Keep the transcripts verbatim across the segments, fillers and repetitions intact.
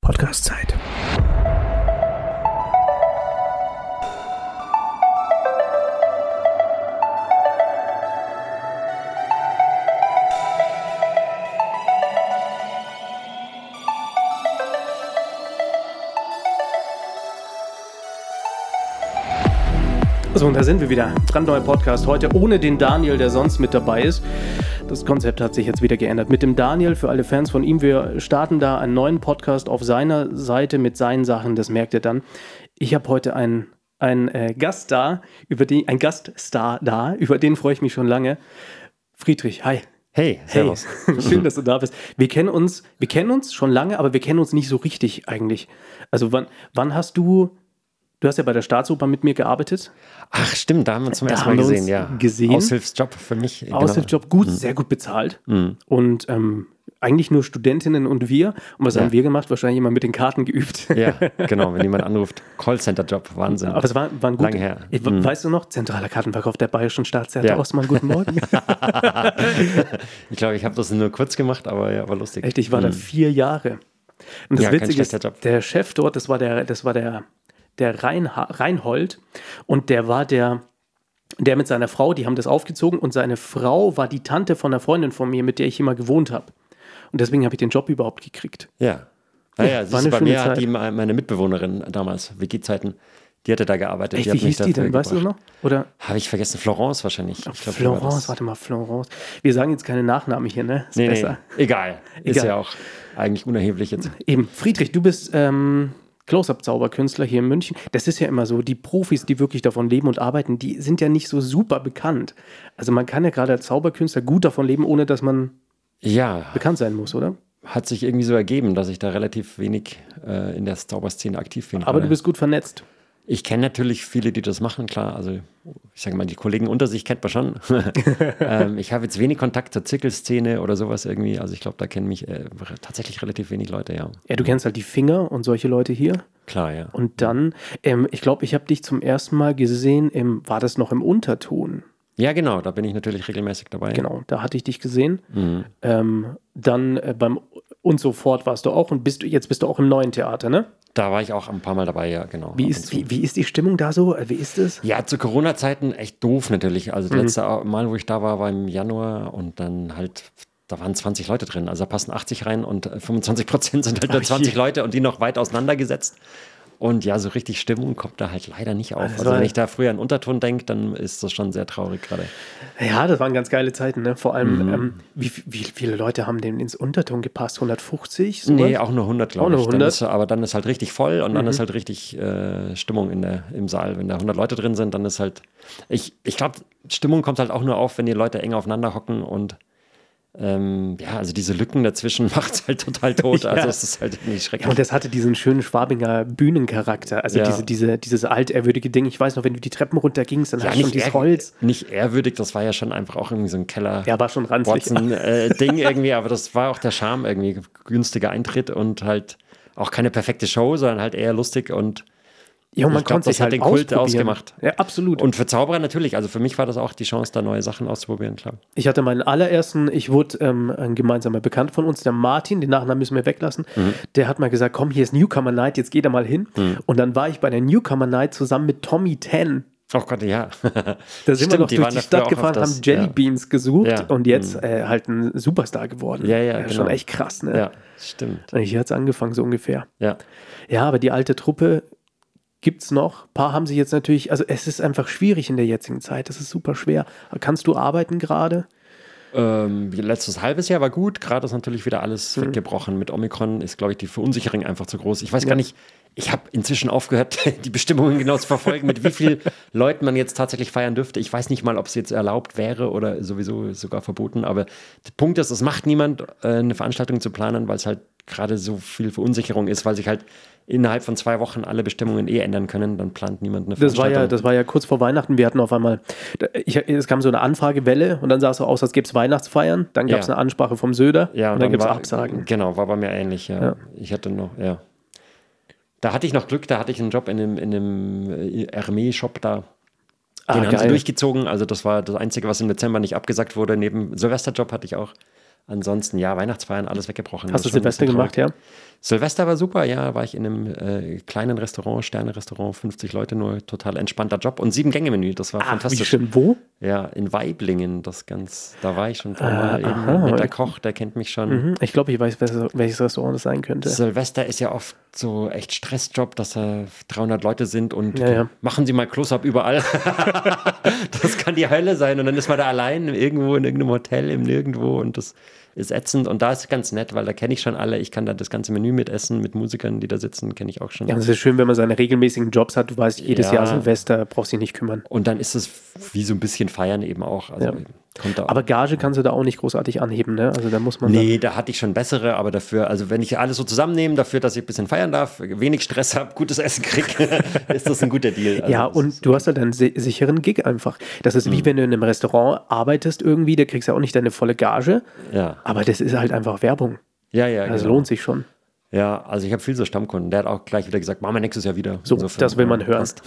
Podcast-Zeit. So, und da sind wir wieder. Brandneuer Podcast heute ohne den Daniel, der sonst mit dabei ist. Das Konzept hat sich jetzt wieder geändert. Mit dem Daniel, für alle Fans von ihm, wir starten da einen neuen Podcast auf seiner Seite mit seinen Sachen, das merkt ihr dann. Ich habe heute einen, einen äh, Gast da, über den, ein Gaststar da, über den freue ich mich schon lange. Friedrich, hi. Hey, servus. Hey. Schön, dass du da bist. Wir kennen uns, wir kennen uns schon lange, aber wir kennen uns nicht so richtig eigentlich. Also wann, wann hast du... Du hast ja bei der Staatsoper mit mir gearbeitet. Ach stimmt, da haben wir uns zum ersten Mal gesehen, ja. gesehen. Aushilfsjob für mich. Aushilfsjob, gut, mhm. sehr gut bezahlt. Mhm. Und ähm, eigentlich nur Studentinnen und wir. Und was ja. haben wir gemacht? Wahrscheinlich immer mit den Karten geübt. Ja, genau, wenn jemand anruft. Callcenter-Job, Wahnsinn. Aber es war, war ein gut. Lange her. Ich, mhm. Weißt du noch, zentraler Kartenverkauf der Bayerischen Staatstheater ja. Ostmann, guten Morgen. Ich glaube, ich habe das nur kurz gemacht, aber ja, war lustig. Echt, ich war mhm. da vier Jahre. Und das ja, Witzige ist, Job. der Chef dort, das war der, das war der der Reinha- Reinhold und der war der, der mit seiner Frau, die haben das aufgezogen und seine Frau war die Tante von einer Freundin von mir, mit der ich immer gewohnt habe. Und deswegen habe ich den Job überhaupt gekriegt. Ja, naja, ja, ja, bei mir Zeit. hat die meine Mitbewohnerin damals, W G-Zeiten, die hatte da gearbeitet. Echt, die wie hieß die denn, gebracht. Weißt du noch? Oder? Habe ich vergessen, Florence wahrscheinlich. Ich glaub, Florence, warte mal, Florence. Wir sagen jetzt keine Nachnamen hier, ne? Ist nee, besser. Nee, egal. egal, ist ja auch eigentlich unerheblich jetzt. Eben, Friedrich, du bist... Ähm, Close-Up-Zauberkünstler hier in München. Das ist ja immer so, die Profis, die wirklich davon leben und arbeiten, die sind ja nicht so super bekannt. Also man kann ja gerade als Zauberkünstler gut davon leben, ohne dass man ja. bekannt sein muss, oder? Hat sich irgendwie so ergeben, dass ich da relativ wenig äh, in der Zauberszene aktiv bin. Aber du bist gut vernetzt. Ich kenne natürlich viele, die das machen, klar. Also ich sage mal, die Kollegen unter sich kennt man schon. ähm, ich habe jetzt wenig Kontakt zur Zirkelszene oder sowas irgendwie. Also ich glaube, da kennen mich äh, tatsächlich relativ wenig Leute, ja. Ja, du kennst halt die Finger und solche Leute hier. Klar, ja. Und dann, ähm, ich glaube, ich habe dich zum ersten Mal gesehen, im, war das noch im Unterton? Ja, genau, da bin ich natürlich regelmäßig dabei. Genau, da hatte ich dich gesehen. Mhm. Ähm, dann äh, beim und so fort warst du auch und bist, jetzt bist du auch im Neuen Theater, ne? Da war ich auch ein paar Mal dabei, ja, genau. Wie ist, wie, wie ist die Stimmung da so? Wie ist es? Ja, zu Corona-Zeiten echt doof natürlich. Also das mhm. letzte Mal, wo ich da war, war im Januar und dann halt, da waren zwanzig Leute drin. Also da passen achtzig rein und fünfundzwanzig Prozent sind halt nur zwanzig Ach, Leute und die noch weit auseinandergesetzt. Und ja, so richtig Stimmung kommt da halt leider nicht auf. Also, also wenn ich da früher an Unterton denke, dann ist das schon sehr traurig gerade. Ja, das waren ganz geile Zeiten, ne? Vor allem, mhm. ähm, wie, wie viele Leute haben denn ins Unterton gepasst? hundertfünfzig? Sowas? Nee, auch nur hundert, glaube ich. hundert? Dann ist, aber dann ist halt richtig voll und dann mhm. ist halt richtig äh, Stimmung in der, im Saal. Wenn da hundert Leute drin sind, dann ist halt... Ich, ich glaube, Stimmung kommt halt auch nur auf, wenn die Leute eng aufeinander hocken und Ähm, ja, also diese Lücken dazwischen macht es halt total tot. Ja. Also es ist halt irgendwie schrecklich. Ja, und das hatte diesen schönen Schwabinger Bühnencharakter. Also ja. diese, diese, dieses altehrwürdige Ding. Ich weiß noch, wenn du die Treppen runtergingst, dann ja, hast du schon dieses Holz. Nicht ehrwürdig, das war ja schon einfach auch irgendwie so ein Keller. Ja, war schon ranzig. äh, Ding irgendwie, aber das war auch der Charme irgendwie. Günstiger Eintritt und halt auch keine perfekte Show, sondern halt eher lustig und ja, und man konnte sich halt den Kult ausgemacht. Ja, absolut. Und für Zauberer natürlich. Also für mich war das auch die Chance, da neue Sachen auszuprobieren, klar. Ich hatte meinen allerersten, ich wurde ähm, ein gemeinsamer Bekannter von uns, der Martin, den Nachnamen müssen wir weglassen, mhm. der hat mal gesagt, komm, hier ist Newcomer Night, jetzt geh da mal hin. Mhm. Und dann war ich bei der Newcomer Night zusammen mit Tommy Ten. Oh Gott, ja. Da sind wir noch durch die Stadt gefahren, das, haben Jellybeans ja. gesucht ja. und jetzt mhm. äh, halt ein Superstar geworden. Ja, ja, ja genau. Schon echt krass, ne? Ja, stimmt. Hier hat es angefangen, so ungefähr. Ja. Ja, aber die alte Truppe gibt es noch. Ein paar haben sich jetzt natürlich, also es ist einfach schwierig in der jetzigen Zeit, das ist super schwer. Kannst du arbeiten gerade? Ähm, letztes halbes Jahr war gut, gerade ist natürlich wieder alles mhm. weggebrochen. Mit Omikron ist, glaube ich, die Verunsicherung einfach zu groß. Ich weiß ja. gar nicht, ich habe inzwischen aufgehört, die Bestimmungen genau zu verfolgen, mit wie vielen Leuten man jetzt tatsächlich feiern dürfte. Ich weiß nicht mal, ob es jetzt erlaubt wäre oder sowieso sogar verboten, aber der Punkt ist, es macht niemand, eine Veranstaltung zu planen, weil es halt gerade so viel Verunsicherung ist, weil sich halt innerhalb von zwei Wochen alle Bestimmungen eh ändern können, dann plant niemand eine Veranstaltung. Das war ja, das war ja kurz vor Weihnachten, wir hatten auf einmal, ich, es kam so eine Anfragewelle und dann sah es so aus, als gäbe es Weihnachtsfeiern, dann gab es ja. eine Ansprache vom Söder ja, und, und dann, dann gibt es war, Absagen. Genau, war bei mir ähnlich, ja. ja. Ich hatte noch, ja. Da hatte ich noch Glück, da hatte ich einen Job in einem, in einem Hermé-Shop da. Den ah, haben geil. sie durchgezogen, also das war das Einzige, was im Dezember nicht abgesagt wurde. Neben Silvesterjob hatte ich auch ansonsten, ja, Weihnachtsfeiern, alles weggebrochen. Hast du Silvester gemacht, ja? Silvester war super, ja, war ich in einem äh, kleinen Restaurant, Sterne-Restaurant, fünfzig Leute nur, total entspannter Job und sieben Gänge-Menü, das war Ach, fantastisch. Wie schön, wo? Ja, in Waiblingen, das ganz, da war ich schon ein paar Mal Ah, eben aha. mit der Koch, der kennt mich schon. Mhm. Ich glaube, ich weiß, welches Restaurant das sein könnte. Silvester ist ja oft so echt Stressjob, dass da dreihundert Leute sind und Ja, ja. machen Sie mal Close-Up überall. Das kann die Hölle sein und dann ist man da allein irgendwo in irgendeinem Hotel, im Nirgendwo und das ist ätzend und da ist es ganz nett, weil da kenne ich schon alle, ich kann da das ganze Menü mitessen, mit Musikern, die da sitzen, kenne ich auch schon. Ja, und es ist schön, wenn man seine regelmäßigen Jobs hat, du weißt, jedes Ja. Jahr Silvester, brauchst dich nicht kümmern. Und dann ist es wie so ein bisschen Feiern eben auch. Also Ja. kommt da auch. Aber Gage kannst du da auch nicht großartig anheben, ne? Also da muss man Nee, da hatte ich schon bessere, aber dafür, also wenn ich alles so zusammennehme, dafür, dass ich ein bisschen feiern darf, wenig Stress habe, gutes Essen kriege, ist das ein guter Deal. dann, Also ja, das und ist- du hast halt einen si- sicheren Gig einfach. Das ist wie wenn du in einem Restaurant arbeitest irgendwie, da kriegst du auch nicht deine volle Gage, ja. aber das ist halt einfach Werbung. Ja, ja, Das genau. lohnt sich schon. Ja, also ich habe viel so Stammkunden. Der hat auch gleich wieder gesagt, machen wir nächstes Jahr wieder. So, Insofern, das will man ja, hören. passt.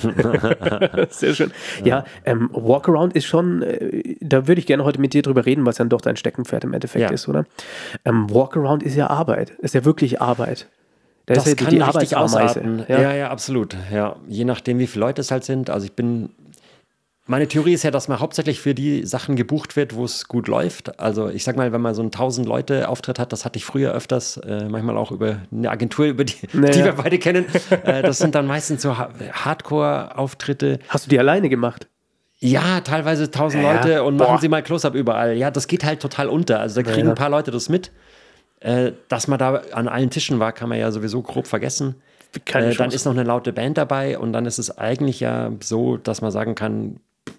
Sehr schön. Ja, ähm, Walkaround ist schon, äh, da würde ich gerne heute mit dir drüber reden, was dann doch dein Steckenpferd im Endeffekt Ja. ist, oder? Ähm, Walkaround ist ja Arbeit, ist ja wirklich Arbeit. Da Das ist ja kann die richtig Arbeitsameise. ausarten. Ja. ja, ja, absolut. Ja, je nachdem, wie viele Leute es halt sind. Also ich bin, meine Theorie ist ja, dass man hauptsächlich für die Sachen gebucht wird, wo es gut läuft. Also ich sag mal, wenn man so einen tausend Leute Auftritt hat, das hatte ich früher öfters, äh, manchmal auch über eine Agentur, über die, Naja. die wir beide kennen. Äh, das sind dann meistens so ha- Hardcore-Auftritte. Hast du die alleine gemacht? Ja, teilweise tausend Ja, Leute und boah. machen sie mal Close-Up überall. Ja, das geht halt total unter. Also da kriegen Ja. ein paar Leute das mit. Äh, dass man da an allen Tischen war, kann man ja sowieso grob vergessen. Keine Äh, dann Chance. ist noch eine laute Band dabei und dann ist es eigentlich ja so, dass man sagen kann,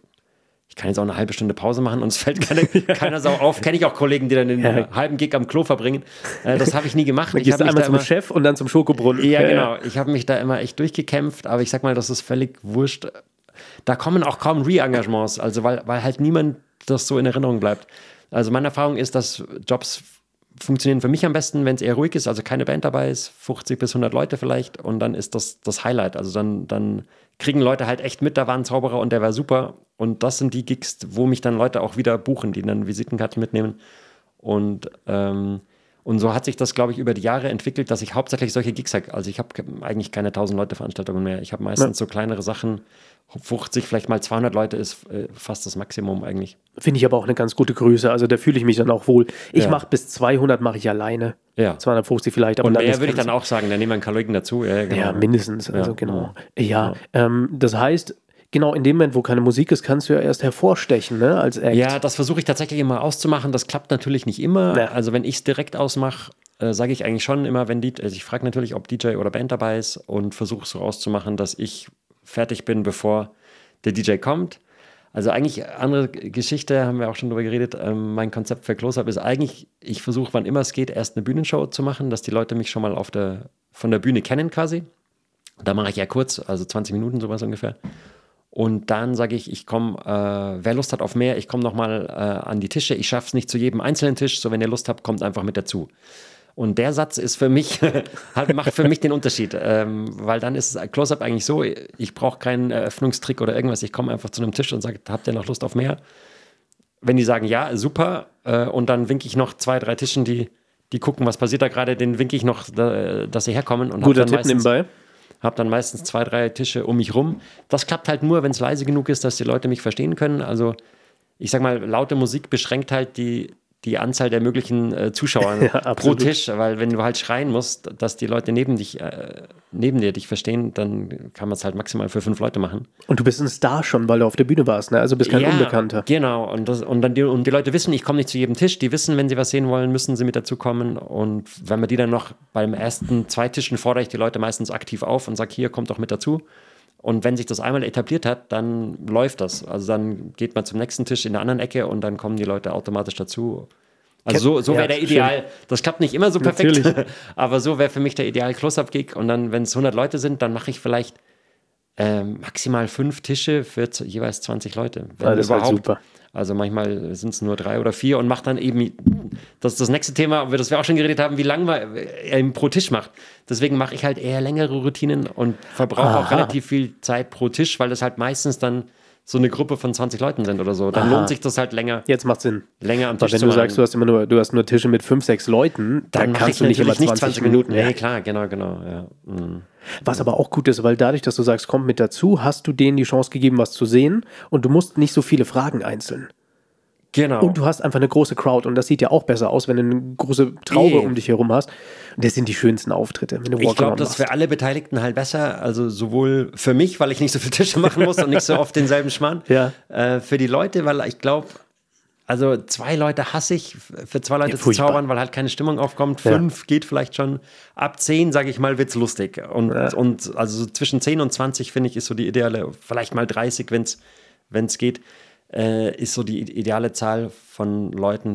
ich kann jetzt auch eine halbe Stunde Pause machen und es fällt keine, keiner Sau auf. Kenne ich auch Kollegen, die dann den Ja. halben Gig am Klo verbringen. Äh, das habe ich nie gemacht. Dann Ich gehst hab du mich einmal da zum immer, Chef und dann zum Schokobrunnen. ja, genau. Ich habe mich da immer echt durchgekämpft, aber ich sag mal, das ist völlig wurscht. Da kommen auch kaum Re-Engagements, also weil, weil halt niemand das so in Erinnerung bleibt. Also meine Erfahrung ist, dass Jobs funktionieren für mich am besten, wenn es eher ruhig ist, also keine Band dabei ist, fünfzig bis hundert Leute vielleicht und dann ist das das Highlight. Also dann, dann kriegen Leute halt echt mit, da war ein Zauberer und der war super und das sind die Gigs, wo mich dann Leute auch wieder buchen, die dann Visitenkarten mitnehmen und ähm, und so hat sich das, glaube ich, über die Jahre entwickelt, dass ich hauptsächlich solche Gigs habe. Also ich habe eigentlich keine tausend Leute Veranstaltungen mehr. Ich habe meistens so kleinere Sachen, fünfzig, vielleicht mal zweihundert Leute ist äh, fast das Maximum eigentlich. Finde ich aber auch eine ganz gute Größe. Also da fühle ich mich dann auch wohl. Ich Ja. mache bis zweihundert mache ich alleine. Ja. zweihundertfünfzig vielleicht. Aber Und dann mehr ist würde ich ganz- dann auch sagen, dann nehmen wir einen Kollegen dazu. Ja, genau. Ja, mindestens. Also Ja, genau. Ja, Ähm, das heißt, genau in dem Moment, wo keine Musik ist, kannst du ja erst hervorstechen, ne, als Act. Ja, das versuche ich tatsächlich immer auszumachen. Das klappt natürlich nicht immer. Ja. Also wenn ich es direkt ausmache, äh, sage ich eigentlich schon immer, wenn die, also ich frage natürlich, ob D J oder Band dabei ist und versuche so auszumachen, dass ich fertig bin, bevor der D J kommt. Also eigentlich andere Geschichte, haben wir auch schon drüber geredet. Ähm, mein Konzept für Close-Up ist eigentlich, ich versuche, wann immer es geht, erst eine Bühnenshow zu machen, dass die Leute mich schon mal auf der, von der Bühne kennen quasi. Da mache ich ja kurz, also zwanzig Minuten sowas ungefähr. Und dann sage ich, ich komme, äh, wer Lust hat auf mehr, ich komme nochmal äh, an die Tische. Ich schaffe es nicht zu jedem einzelnen Tisch, so wenn ihr Lust habt, kommt einfach mit dazu. Und der Satz ist für mich, halt, macht für mich den Unterschied, ähm, weil dann ist Close-Up eigentlich so, ich brauche keinen Eröffnungstrick oder irgendwas, ich komme einfach zu einem Tisch und sage, habt ihr noch Lust auf mehr? Wenn die sagen, ja, super, äh, und dann winke ich noch zwei, drei Tischen, die, die gucken, was passiert da gerade, den winke ich noch, da, dass sie herkommen. Und Guter hab dann Tipp meistens, nebenbei. habe dann meistens zwei, drei Tische um mich rum. Das klappt halt nur, wenn es leise genug ist, dass die Leute mich verstehen können. Also ich sag mal, laute Musik beschränkt halt die, die Anzahl der möglichen äh, Zuschauer Ja, pro absolut. Tisch, weil wenn du halt schreien musst, dass die Leute neben dich, äh, neben dir dich verstehen, dann kann man es halt maximal für fünf Leute machen. Und du bist ein Star schon, weil du auf der Bühne warst, ne? Also bist kein Ja, Unbekannter. Genau. Und, das, und, dann die, und die Leute wissen, ich komme nicht zu jedem Tisch. Die wissen, wenn sie was sehen wollen, müssen sie mit dazukommen. Und wenn man die dann noch beim ersten zwei Tischen fordere ich die Leute meistens aktiv auf und sage, hier, kommt doch mit dazu. Und wenn sich das einmal etabliert hat, dann läuft das. Also dann geht man zum nächsten Tisch in der anderen Ecke und dann kommen die Leute automatisch dazu. Also so, so wäre Ja, der Ideal. Das klappt nicht immer so perfekt, Natürlich. aber so wäre für mich der ideal Close-Up-Gig. Und dann, wenn es hundert Leute sind, dann mache ich vielleicht ähm, maximal fünf Tische für z- jeweils zwanzig Leute. Wenn Ah, das ist halt überhaupt. super. Also manchmal sind es nur drei oder vier und macht dann eben, das ist das nächste Thema, über das wir auch schon geredet haben, wie lange man äh, pro Tisch macht. Deswegen mache ich halt eher längere Routinen und verbrauche auch Aha. relativ viel Zeit pro Tisch, weil das halt meistens dann so eine Gruppe von zwanzig Leuten sind oder so. Dann Aha. lohnt sich das halt länger. Jetzt macht Sinn. Länger am Tisch Aber wenn zu du sagst, du hast immer nur, du hast nur Tische mit fünf, sechs Leuten, dann kannst du nicht immer zwanzig, zwanzig Minuten. Nee, ja. klar, genau, genau. Ja. Mhm. Was aber auch gut ist, weil dadurch, dass du sagst, kommt mit dazu, hast du denen die Chance gegeben, was zu sehen und du musst nicht so viele Fragen einzeln. Genau. Und du hast einfach eine große Crowd und das sieht ja auch besser aus, wenn du eine große Traube e. um dich herum hast. Und das sind die schönsten Auftritte, wenn du Ich glaube, das ist für alle Beteiligten halt besser, also sowohl für mich, weil ich nicht so viele Tische machen muss und nicht so oft denselben Schmarrn, ja. äh, für die Leute, weil ich glaube, also zwei Leute hasse ich, für zwei Leute ja, zu zaubern, weil halt keine Stimmung aufkommt. Fünf ja. geht vielleicht schon. Ab zehn, sage ich mal, wird's lustig. Und, ja. und also so zwischen zehn und zwanzig, finde ich, ist so die ideale, vielleicht mal dreißig, wenn es geht. Äh, ist so die ideale Zahl von Leuten,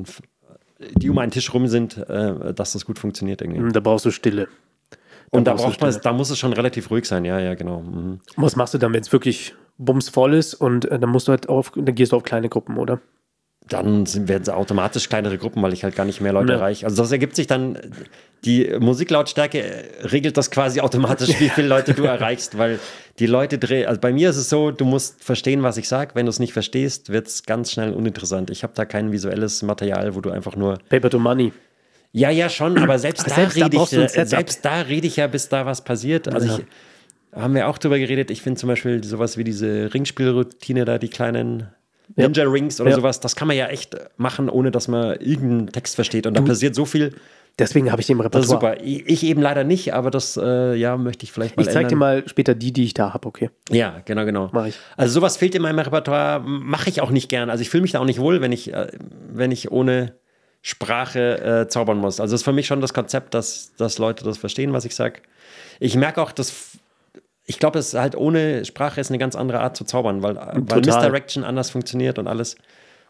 die um einen Tisch rum sind, äh, dass das gut funktioniert irgendwie. Da brauchst du Stille. Da Und da braucht man, da muss es schon relativ ruhig sein, ja, ja, genau. Mhm. Was machst du dann, wenn es wirklich bumsvoll ist und äh, dann musst du halt auf, dann gehst du auf kleine Gruppen, oder? Dann sind, werden es automatisch kleinere Gruppen, weil ich halt gar nicht mehr Leute ja. erreiche. Also das ergibt sich dann, die Musiklautstärke regelt das quasi automatisch, wie viele Leute du erreichst, weil die Leute drehen, also bei mir ist es so, du musst verstehen, was ich sage. Wenn du es nicht verstehst, wird es ganz schnell uninteressant. Ich habe da kein visuelles Material, wo du einfach nur... Paper to Money. Ja, ja, schon, aber selbst, aber da, selbst, rede da, ich, äh, selbst da rede ich ja, bis da was passiert. Also ja. ich, haben wir auch drüber geredet, ich finde zum Beispiel sowas wie diese Ringspielroutine da, die kleinen... Ninja ja. Rings oder ja. sowas, das kann man ja echt machen, ohne dass man irgendeinen Text versteht. Und da du, passiert so viel. Deswegen habe ich den im Repertoire. Das ist super. Ich, ich eben leider nicht, aber das äh, ja, möchte ich vielleicht mal Ich zeige dir mal später die, die ich da habe, okay? Ja, genau, genau. Mach ich. Also sowas fehlt in meinem Repertoire, mache ich auch nicht gern. Also ich fühle mich da auch nicht wohl, wenn ich, äh, wenn ich ohne Sprache äh, zaubern muss. Also das ist für mich schon das Konzept, dass, dass Leute das verstehen, was ich sage. Ich merke auch, dass Ich glaube, es ist halt ohne Sprache ist eine ganz andere Art zu zaubern, weil, weil Misdirection anders funktioniert und alles.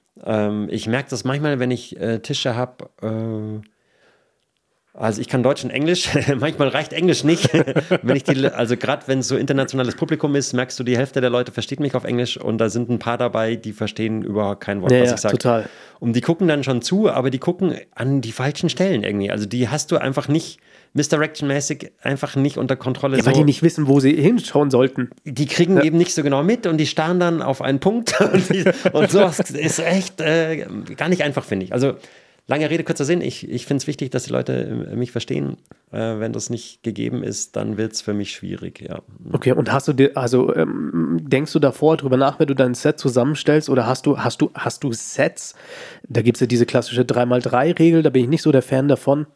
Ähm, ich merke das manchmal, wenn ich äh, Tische habe. Äh, also ich kann Deutsch und Englisch. Manchmal reicht Englisch nicht. wenn ich die, also gerade wenn es so internationales Publikum ist, merkst du, die Hälfte der Leute versteht mich auf Englisch und da sind ein paar dabei, die verstehen überhaupt kein Wort, ja, was ja, ich sage. Total. Und die gucken dann schon zu, aber die gucken an die falschen Stellen irgendwie. Also die hast du einfach nicht Misdirection-mäßig einfach nicht unter Kontrolle. Ja, weil so. die nicht wissen, wo sie hinschauen sollten. Die kriegen ja. eben nicht so genau mit und die starren dann auf einen Punkt. und, die, und sowas ist echt äh, gar nicht einfach, finde ich. Also lange Rede, kurzer Sinn. Ich, ich finde es wichtig, dass die Leute mich verstehen. Äh, wenn das nicht gegeben ist, dann wird es für mich schwierig, ja. Okay, und hast du dir, also ähm, denkst du davor drüber nach, wenn du dein Set zusammenstellst oder hast du, hast du, hast du Sets? Da gibt es ja diese klassische drei mal drei Regel, da bin ich nicht so der Fan davon.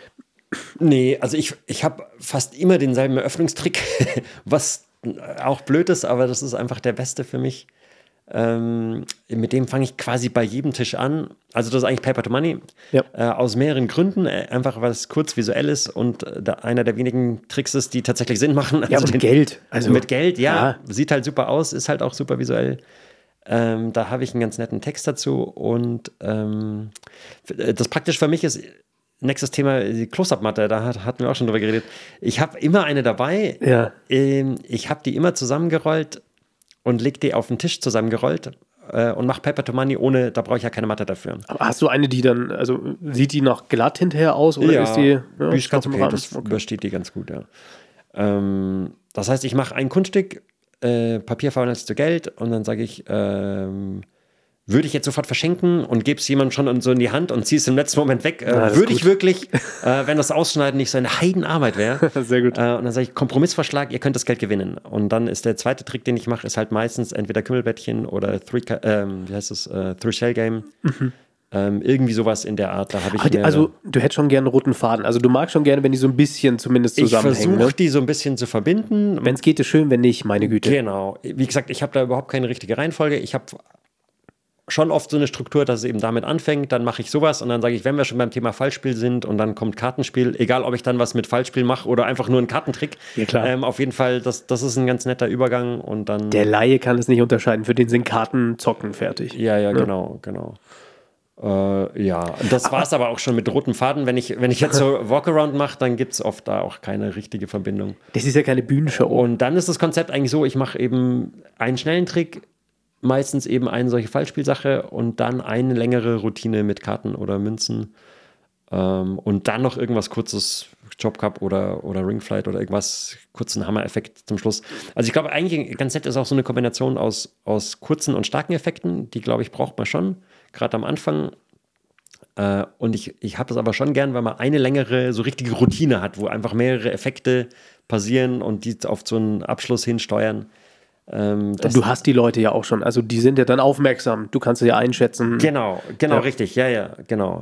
Nee, also ich, ich habe fast immer denselben Eröffnungstrick, was auch blöd ist, aber das ist einfach der beste für mich. Ähm, mit dem fange ich quasi bei jedem Tisch an. Also das ist eigentlich Paper to Money. Ja. Äh, aus mehreren Gründen. Äh, einfach, weil es kurz visuell ist und äh, da einer der wenigen Tricks ist, die tatsächlich Sinn machen. Also ja, und den, Geld. Also, mit Geld, ja, ja. Sieht halt super aus, ist halt auch super visuell. Ähm, da habe ich einen ganz netten Text dazu. Und ähm, das praktisch für mich ist... Nächstes Thema, die Close-Up-Matte, da hat, hatten wir auch schon drüber geredet. Ich habe immer eine dabei. Ja. Ähm, ich habe die immer zusammengerollt und leg die auf den Tisch zusammengerollt äh, und mache Paper to Money, ohne, da brauche ich ja keine Matte dafür. Aber hast du eine, die dann, also sieht die noch glatt hinterher aus? Oder ja, ist die, ja, ist ganz okay, das okay. übersteht die ganz gut, ja. Ähm, das heißt, ich mache ein Kunststück, äh, Papier verwandelst zu Geld und dann sage ich, ähm, würde ich jetzt sofort verschenken und gebe es jemandem schon so in die Hand und ziehe es im letzten Moment weg. Äh, ja, würde ich wirklich, äh, wenn das Ausschneiden nicht so eine Heidenarbeit wäre. Sehr gut. Äh, und dann sage ich, Kompromissvorschlag, ihr könnt das Geld gewinnen. Und dann ist der zweite Trick, den ich mache, ist halt meistens entweder Kümmelbettchen oder Three, ähm, wie heißt es, äh, Three-Shell-Game. Mhm. Ähm, irgendwie sowas in der Art. Da habe ich die, also du hättest schon gerne einen roten Faden. Also du magst schon gerne, wenn die so ein bisschen zumindest zusammenhängen. Ich versuche ne? die so ein bisschen zu verbinden. Wenn es geht, ist schön, wenn nicht, meine Güte. Genau. Wie gesagt, ich habe da überhaupt keine richtige Reihenfolge. Ich habe schon oft so eine Struktur, dass es eben damit anfängt, dann mache ich sowas und dann sage ich, wenn wir schon beim Thema Fallspiel sind und dann kommt Kartenspiel, egal ob ich dann was mit Fallspiel mache oder einfach nur einen Kartentrick, ja, klar. Ähm, auf jeden Fall, das, das ist ein ganz netter Übergang und dann... Der Laie kann es nicht unterscheiden, für den sind Karten zocken fertig. Ja, ja, ja. genau, genau. Äh, ja, das war es aber auch schon mit rotem Faden. Wenn ich, wenn ich jetzt so Walkaround mache, dann gibt es oft da auch keine richtige Verbindung. Das ist ja keine Bühnenshow. Und dann ist das Konzept eigentlich so, ich mache eben einen schnellen Trick, meistens eben eine solche Fallspielsache und dann eine längere Routine mit Karten oder Münzen. ähm, und dann noch irgendwas kurzes, Job Cup oder, oder Ringflight oder irgendwas, kurzen Hammer-Effekt zum Schluss. Also ich glaube eigentlich ganz nett ist auch so eine Kombination aus, aus kurzen und starken Effekten, die glaube ich braucht man schon, gerade am Anfang. Äh, und ich, ich habe das aber schon gern, weil man eine längere, so richtige Routine hat, wo einfach mehrere Effekte passieren und die auf so einen Abschluss hinsteuern. Ähm, du hast die Leute ja auch schon, also die sind ja dann aufmerksam, du kannst sie ja einschätzen. Genau, genau, ja. Richtig, ja, ja, genau.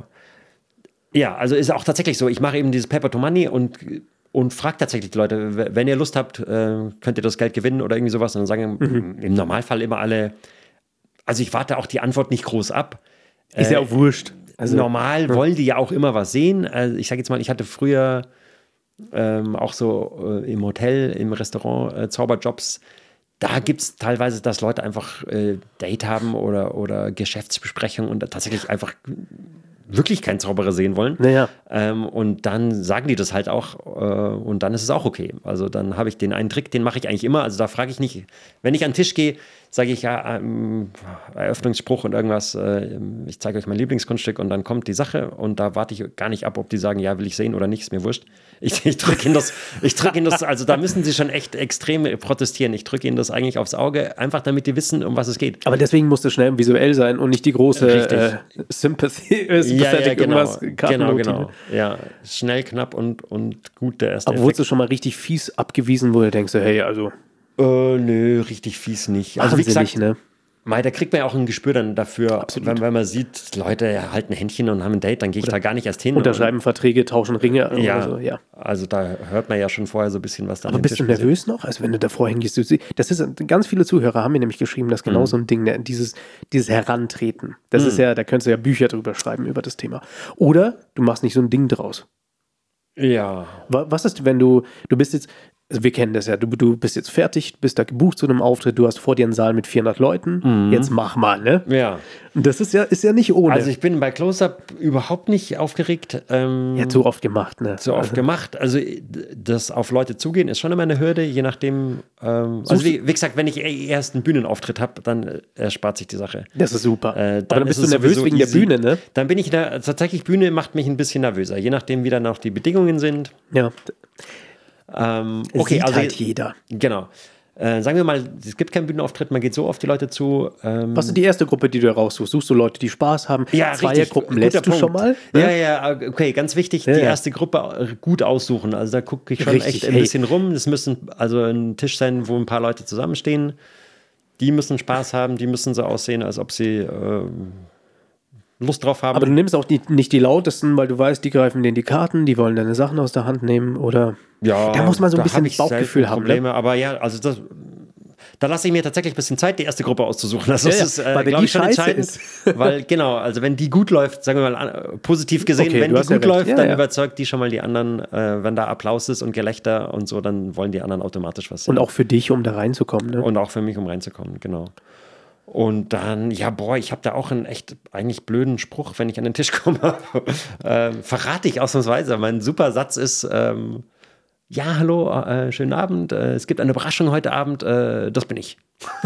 Ja, also ist auch tatsächlich so, ich mache eben dieses Paper to Money und, und frage tatsächlich die Leute, wenn ihr Lust habt, äh, könnt ihr das Geld gewinnen oder irgendwie sowas. Und dann sagen mhm. im Normalfall immer alle, also ich warte auch die Antwort nicht groß ab. Ist äh, ja auch wurscht. Also, normal ja. wollen die ja auch immer was sehen. Also ich sage jetzt mal, ich hatte früher ähm, auch so äh, im Hotel, im Restaurant äh, Zauberjobs. Da gibt es teilweise, dass Leute einfach äh, Date haben oder, oder Geschäftsbesprechungen und tatsächlich einfach wirklich keinen Zauberer sehen wollen. Naja. Ähm, und dann sagen die das halt auch äh, und dann ist es auch okay. Also dann habe ich den einen Trick, den mache ich eigentlich immer. Also da frage ich nicht, wenn ich an den Tisch gehe, sage ich ja, ähm, Eröffnungsspruch und irgendwas, äh, ich zeige euch mein Lieblingskunststück und dann kommt die Sache und da warte ich gar nicht ab, ob die sagen, ja, will ich sehen oder nicht, ist mir wurscht. Ich, ich drücke ihnen das, ich drücke ihnen das, also da müssen sie schon echt extrem protestieren. Ich drücke ihnen das eigentlich aufs Auge, einfach damit die wissen, um was es geht. Aber deswegen muss es schnell visuell sein und nicht die große äh, Sympathy, äh, ja, ja, genau, genau, genau. Ja, schnell, knapp und, und gut der erste Aber wurdest du schon mal richtig fies abgewiesen, wo du denkst, hey, also Äh, nö, richtig fies nicht. Also wie gesagt, nicht, ne? Mei, da kriegt man ja auch ein Gespür dann dafür, wenn, wenn man sieht, Leute halten ein Händchen und haben ein Date, dann gehe ich oder da gar nicht erst hin. Unterschreiben Verträge, tauschen Ringe. Ja, oder so, ja, also da hört man ja schon vorher so ein bisschen was da. Aber bist du nervös passiert. Noch? Also wenn du davor hingehst, du, das ist, ganz viele Zuhörer haben mir nämlich geschrieben, dass genau mhm. so ein Ding, dieses, dieses Herantreten, das mhm. ist ja, da könntest du ja Bücher drüber schreiben über das Thema. Oder du machst nicht so ein Ding draus. Ja. Was ist, wenn du, du bist jetzt, also wir kennen das ja, du, du bist jetzt fertig, bist da gebucht zu einem Auftritt, du hast vor dir einen Saal mit vierhundert Leuten, mhm. jetzt mach mal, ne? Ja. Und das ist ja, ist ja nicht ohne. Also ich bin bei Close-Up überhaupt nicht aufgeregt. Ähm, ja, zu oft gemacht, ne? Zu oft also. gemacht. Also das auf Leute zugehen ist schon immer eine Hürde, je nachdem, ähm, also wie, wie gesagt, wenn ich erst einen Bühnenauftritt habe, dann erspart sich die Sache. Das ist super. Äh, dann, Aber dann bist du nervös wegen easy. Der Bühne, ne? Dann bin ich da, tatsächlich Bühne macht mich ein bisschen nervöser, je nachdem, wie dann auch die Bedingungen sind. Ja. Ähm, okay, Sieht also halt jeder. Genau. Äh, sagen wir mal, es gibt keinen Bühnenauftritt, man geht so auf die Leute zu. Ähm, Was ist die erste Gruppe, die du raussuchst? Suchst du Leute, die Spaß haben? Ja, Zweiergruppen lässt Punkt. du schon mal? Ne? Ja, ja, okay, ganz wichtig, ja, die ja. erste Gruppe gut aussuchen. Also da gucke ich schon richtig, echt ein hey. bisschen rum. Es müssen also ein Tisch sein, wo ein paar Leute zusammenstehen. Die müssen Spaß haben, die müssen so aussehen, als ob sie äh, Lust drauf haben. Aber du nimmst auch die, nicht die lautesten, weil du weißt, die greifen dir in die Karten, die wollen deine Sachen aus der Hand nehmen oder ja, da muss man so ein bisschen Bauchgefühl haben. Probleme, ne? Aber ja, also das, da lasse ich mir tatsächlich ein bisschen Zeit, die erste Gruppe auszusuchen. Also ja, das ist, ja, weil äh, glaube ich, schon scheiße entscheidend. Ist. Weil, genau, also wenn die gut läuft, sagen wir mal positiv gesehen, okay, wenn die gut ja läuft, ja, dann ja. überzeugt die schon mal die anderen, äh, wenn da Applaus ist und Gelächter und so, dann wollen die anderen automatisch was sehen. Und auch für dich, um da reinzukommen. Ne? Und auch für mich, um reinzukommen, genau. Und dann, ja, boah, ich habe da auch einen echt eigentlich blöden Spruch, wenn ich an den Tisch komme. ähm, verrate ich ausnahmsweise. Mein super Satz ist, ähm, ja, hallo, äh, schönen Abend. Äh, es gibt eine Überraschung heute Abend. Äh, das bin ich.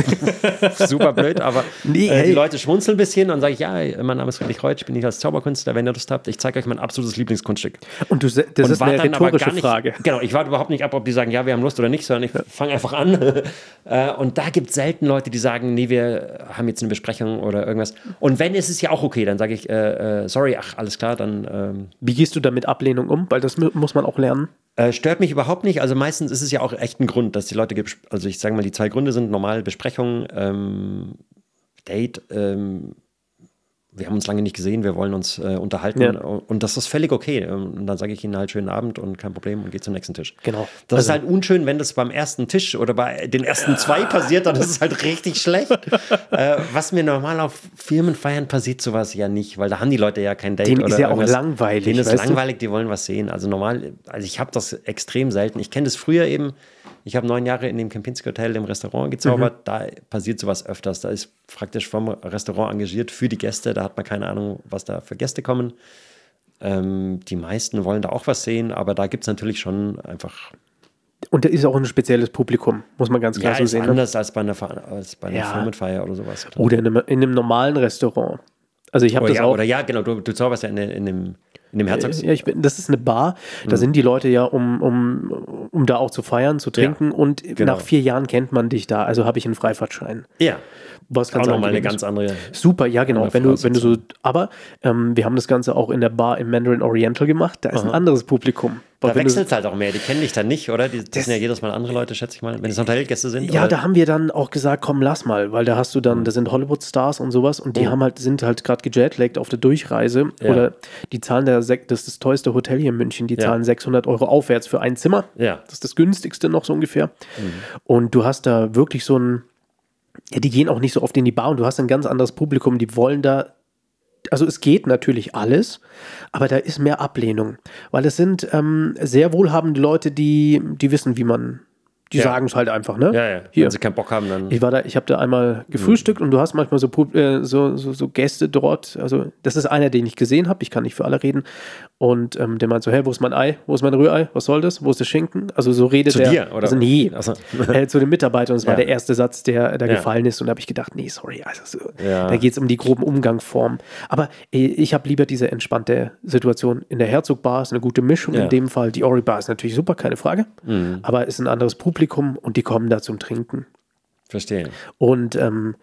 Super blöd, aber nee, äh, die hey. Leute schmunzeln ein bisschen und sage ich, ja, mein Name ist Friedrich Reutsch, ich bin hier als Zauberkünstler, wenn ihr Lust habt, ich zeige euch mein absolutes Lieblingskunststück. Und du, das und ist eine rhetorische nicht, Frage. Genau, ich warte überhaupt nicht ab, ob die sagen, ja, wir haben Lust oder nicht, sondern ich ja. fange einfach an. Und da gibt es selten Leute, die sagen, nee, wir haben jetzt eine Besprechung oder irgendwas. Und wenn, ist es ja auch okay, dann sage ich, äh, sorry, ach, alles klar, dann... Ähm, Wie gehst du da mit Ablehnung um? Weil das muss man auch lernen. Äh, stört mich überhaupt nicht. Also meistens ist es ja auch echt ein Grund, dass die Leute, also ich sage mal, die zwei Gründe sind normal Besprechung, ähm, Date, ähm, wir haben uns lange nicht gesehen, wir wollen uns äh, unterhalten ja. und das ist völlig okay. Und dann sage ich ihnen halt schönen Abend und kein Problem und gehe zum nächsten Tisch. Genau. Das also, ist halt unschön, wenn das beim ersten Tisch oder bei den ersten zwei passiert, dann ist es halt richtig schlecht. äh, was mir normal auf Firmenfeiern passiert, sowas ja nicht, weil da haben die Leute ja kein Date. Denen oder ist ja auch irgendwas. langweilig. Denen ist weißt langweilig, du? Die wollen was sehen. Also normal, also ich habe das extrem selten. Ich kenne das früher eben. Ich habe neun Jahre in dem Kempinski Hotel im Restaurant gezaubert. Mhm. Da passiert sowas öfters. Da ist praktisch vom Restaurant engagiert für die Gäste. Da hat man keine Ahnung, was da für Gäste kommen. Ähm, die meisten wollen da auch was sehen, aber da gibt es natürlich schon einfach... Und da ist auch ein spezielles Publikum, muss man ganz klar ja, so ist sehen. anders ne? als bei einer, als bei einer ja. Firmenfeier oder sowas. Oder in einem, in einem normalen Restaurant. Also ich habe oh, das ja, auch... Oder ja, genau, du, du zauberst ja in, in dem... In dem Herzogs? Ja, ich bin, das ist eine Bar. Da mhm. sind die Leute ja, um, um, um da auch zu feiern, zu trinken. Ja, und genau. nach vier Jahren kennt man dich da. Also habe ich einen Freifahrtschein. Ja. Was ganz auch nochmal eine ganz andere. Super, ja genau. Wenn du, wenn du so, aber ähm, wir haben das Ganze auch in der Bar im Mandarin Oriental gemacht. Da ist Aha. ein anderes Publikum. Da wechselt es halt auch mehr. Die kennen dich dann nicht, oder? Die, das sind ja jedes Mal andere Leute, schätze ich mal, wenn es Hotelgäste sind. Ja, oder? Da haben wir dann auch gesagt, komm, lass mal, weil da hast du dann, mhm. da sind Hollywood-Stars und sowas und die mhm. haben halt, sind halt gerade gejetlaggt auf der Durchreise ja. oder die zahlen, der, das ist das teuerste Hotel hier in München, die ja. zahlen sechshundert Euro aufwärts für ein Zimmer. Ja. Das ist das günstigste noch so ungefähr. Mhm. Und du hast da wirklich so ein, ja, die gehen auch nicht so oft in die Bar und du hast ein ganz anderes Publikum, die wollen da, also es geht natürlich alles, aber da ist mehr Ablehnung, weil es sind ähm, sehr wohlhabende Leute, die, die wissen, wie man, die ja. sagen es halt einfach, ne? Ja, ja. Hier. Wenn sie keinen Bock haben, dann... Ich war da, ich habe da einmal gefrühstückt mhm. und du hast manchmal so, äh, so, so, so Gäste dort, also das ist einer, den ich gesehen habe, ich kann nicht für alle reden und ähm, der meint so, hey, wo ist mein Ei, wo ist mein Rührei, was soll das, wo ist der Schinken? Also so redet zu der... Zu dir, oder? Also nee, so. äh, zu den Mitarbeitern und das ja. war der erste Satz, der da ja. gefallen ist und da habe ich gedacht, nee, sorry, also so, ja. da geht es um die groben Umgangsformen. Aber äh, ich habe lieber diese entspannte Situation. In der Herzog-Bar ist eine gute Mischung, ja. in dem Fall die Ori-Bar ist natürlich super, keine Frage, mhm. aber es ist ein anderes Publikum und die kommen da zum Trinken. Verstehe. Und ähm,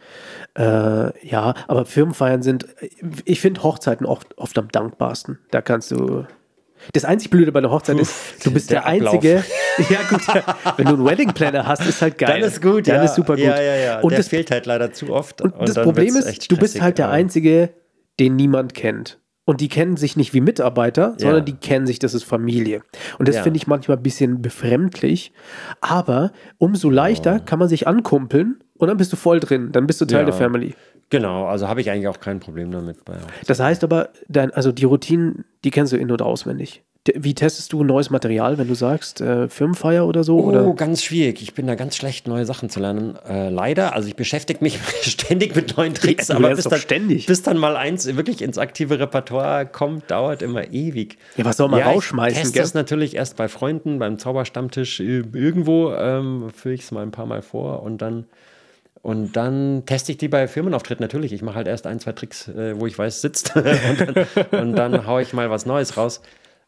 äh, ja, aber Firmenfeiern sind, ich finde Hochzeiten oft, oft am dankbarsten. Da kannst du, das einzig Blöde bei der Hochzeit Puh, ist, du bist der, der Einzige, ja gut, wenn du einen Wedding Planner hast, ist halt geil. Dann ist gut, Dann ja. ist super gut. Ja, ja, ja. Und der das fehlt halt leider zu oft. Und, und das Problem ist, du bist halt der Einzige, den niemand kennt. Und die kennen sich nicht wie Mitarbeiter, sondern ja. die kennen sich, das ist Familie. Und das ja. finde ich manchmal ein bisschen befremdlich. Aber umso leichter oh. kann man sich ankumpeln und dann bist du voll drin. Dann bist du Teil ja. der Family. Genau, also habe ich eigentlich auch kein Problem damit. Bei das heißt aber, dein, also die Routinen, die kennst du in- und auswendig. Wie testest du neues Material, wenn du sagst, äh, Firmenfeier oder so? Oh, oder? ganz schwierig. Ich bin da ganz schlecht, neue Sachen zu lernen. Äh, leider, also ich beschäftige mich ständig mit neuen Tricks, ja, aber bis dann, ständig. bis dann mal eins wirklich ins aktive Repertoire kommt, dauert immer ewig. Ja, was soll man ja, rausschmeißen? Ich teste das natürlich erst bei Freunden, beim Zauberstammtisch irgendwo, ähm, führe ich es mal ein paar Mal vor und dann Und dann teste ich die bei Firmenauftritten natürlich. Ich mache halt erst ein, zwei Tricks, äh, wo ich weiß, sitzt. und, dann, und dann haue ich mal was Neues raus.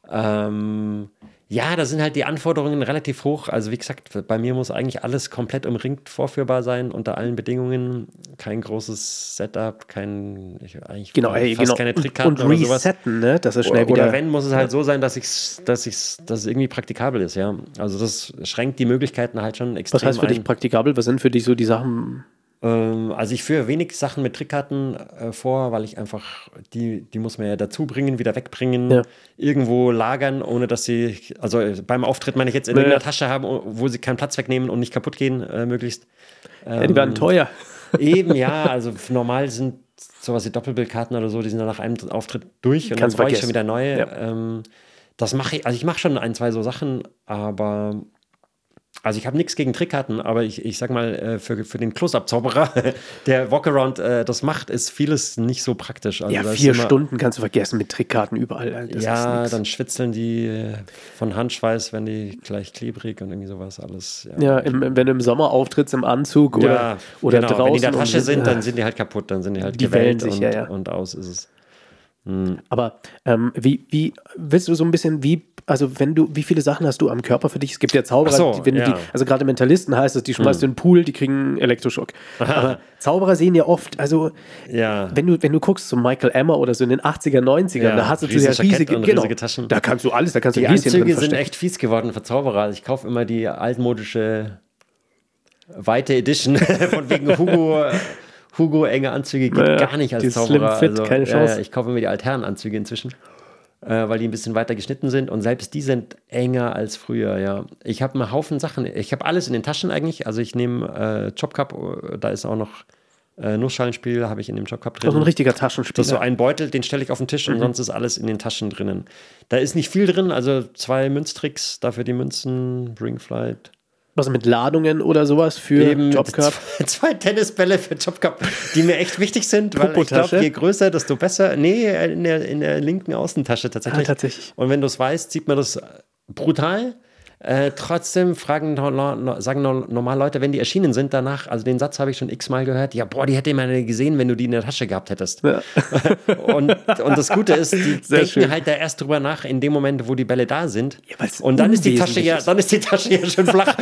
Ähm, ja, da sind halt die Anforderungen relativ hoch. Also wie gesagt, bei mir muss eigentlich alles komplett umringt vorführbar sein, unter allen Bedingungen. Kein großes Setup, kein, ich, eigentlich genau, fast ey, genau. keine Trickkarten und, und oder sowas. resetten, ne? Dass es schnell oder, wieder... Oder wenn, muss es halt so sein, dass, ich's, dass, ich's, dass es irgendwie praktikabel ist, ja. Also das schränkt die Möglichkeiten halt schon extrem ein. Was heißt für ein. dich praktikabel? Was sind für dich so die Sachen... Also ich führe wenig Sachen mit Trickkarten äh, vor, weil ich einfach, die, die muss man ja dazu bringen, wieder wegbringen, ja. irgendwo lagern, ohne dass sie, also beim Auftritt meine ich jetzt in ja. irgendeiner Tasche haben, wo sie keinen Platz wegnehmen und nicht kaputt gehen, äh, möglichst. Ähm, ja, die werden teuer. Eben, ja, also normal sind sowas wie Doppelbildkarten oder so, die sind dann nach einem Auftritt durch und Kannst dann brauche ich schon wieder neue. Ja. Ähm, das mache ich, also ich mache schon ein, zwei so Sachen, aber... Also ich habe nichts gegen Trickkarten, aber ich, ich sag mal, für, für den Close-Up-Zauberer, der Walkaround äh, das macht, ist vieles nicht so praktisch. Also ja, vier Stunden kannst du vergessen mit Trickkarten überall. Das ja, dann schwitzeln die von Handschweiß, wenn die gleich klebrig und irgendwie sowas alles. Ja, ja im, wenn du im Sommer auftrittst im Anzug oder, ja, oder genau. draußen. Wenn die in der Tasche und, sind, dann sind die halt kaputt, dann sind die halt die gewellt sich, und, ja, ja. und aus ist es. Hm. Aber ähm, wie, wie willst du so ein bisschen, wie, also wenn du, wie viele Sachen hast du am Körper für dich? Es gibt ja Zauberer, so, die, wenn ja. die, also gerade Mentalisten heißt es, die schmeißt hm. du in den Pool, die kriegen Elektroschock. Aha. Aber Zauberer sehen ja oft, also ja. wenn du, wenn du guckst, so Michael Emmer oder so in den achtziger, neunziger, ja. da hast du ja riesige, und genau, riesige Taschen. Da kannst du alles, da kannst die du ein Häschen drin Anzüge verstecken. sind echt fies geworden für Zauberer. Also ich kaufe immer die altmodische Weite Edition von wegen Hugo. Hugo, enge Anzüge geht naja, gar nicht als die Zauberer. Slim Fit, also, keine Chance. Ja, ich kaufe immer die Altherrenanzüge inzwischen, äh, weil die ein bisschen weiter geschnitten sind und selbst die sind enger als früher, ja. Ich habe einen Haufen Sachen, ich habe alles in den Taschen eigentlich, also ich nehme äh, Chopcup, da ist auch noch äh, Nussschalenspiel, habe ich in dem Chopcup drin. Das ist ein richtiger Taschenspieler. Das ist so ein Beutel, den stelle ich auf den Tisch mhm. und sonst ist alles in den Taschen drinnen. Da ist nicht viel drin, also zwei Münztricks, dafür die Münzen, Ringflight. Was mit Ladungen oder sowas für Eben Chopcup? Zwei, zwei Tennisbälle für Chopcup, die mir echt wichtig sind, weil ich glaube, je größer, desto besser. Nee, in der, in der linken Außentasche tatsächlich. Ah, tatsächlich. Und wenn du es weißt, sieht man das brutal. Äh, trotzdem fragen no, no, sagen no, normal Leute, wenn die erschienen sind danach, also den Satz habe ich schon x-mal gehört, ja, boah, die hätte man gesehen, wenn du die in der Tasche gehabt hättest. Ja. und, und das Gute ist, die Sehr denken schön. halt da erst drüber nach, in dem Moment, wo die Bälle da sind. Ja, und dann ist die Tasche ja, dann ist die Tasche ja schon flach.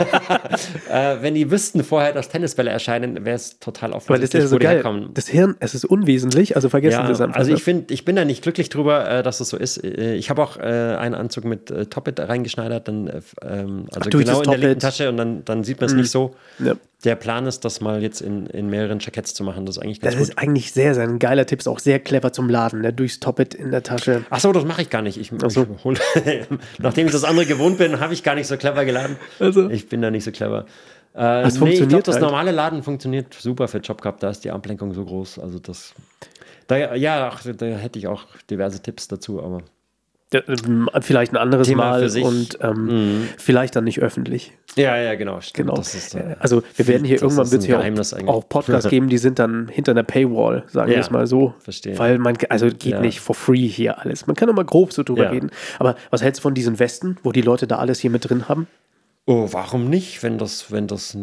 äh, wenn die wüssten vorher, dass Tennisbälle erscheinen, wäre es total offensichtlich, das ist ja so wo die geil. herkommen. Das Hirn, es ist unwesentlich, also vergessen ja, wir es einfach. Also ich finde, ich bin da nicht glücklich drüber, äh, dass das so ist. Ich habe auch äh, einen Anzug mit äh, Toppet reingeschneidert, dann ähm, also Ach, genau in der linken Tasche und dann, dann sieht man es mm. nicht so. Ja. Der Plan ist, das mal jetzt in, in mehreren Jacketts zu machen. Das ist eigentlich ganz Das gut. ist eigentlich sehr, sehr ein geiler Tipp. Ist auch sehr clever zum Laden, ne? Durchs Toppet in der Tasche. Achso, das mache ich gar nicht. Ich, so. ich hol, nachdem ich das andere gewohnt bin, habe ich gar nicht so clever geladen. Also. Ich bin da nicht so clever. Äh, das nee, ich glaube, das halt. normale Laden funktioniert super für Jobcup. Da ist die Ablenkung so groß. Also das, da, ja, ach, da hätte ich auch diverse Tipps dazu, aber Ja, vielleicht ein anderes Thema Mal und ähm, mhm. vielleicht dann nicht öffentlich. Ja, ja, genau. Stimmt. genau. Das ist, äh, also wir werden hier irgendwann wird es hier auch, auch Podcasts geben, die sind dann hinter einer Paywall, sagen ja, wir es mal so. Verstehe. Weil man, also geht ja. nicht for free hier alles. Man kann immer grob so drüber ja. reden. Aber was hältst du von diesen Westen, wo die Leute da alles hier mit drin haben? Oh, warum nicht, wenn das, wenn das...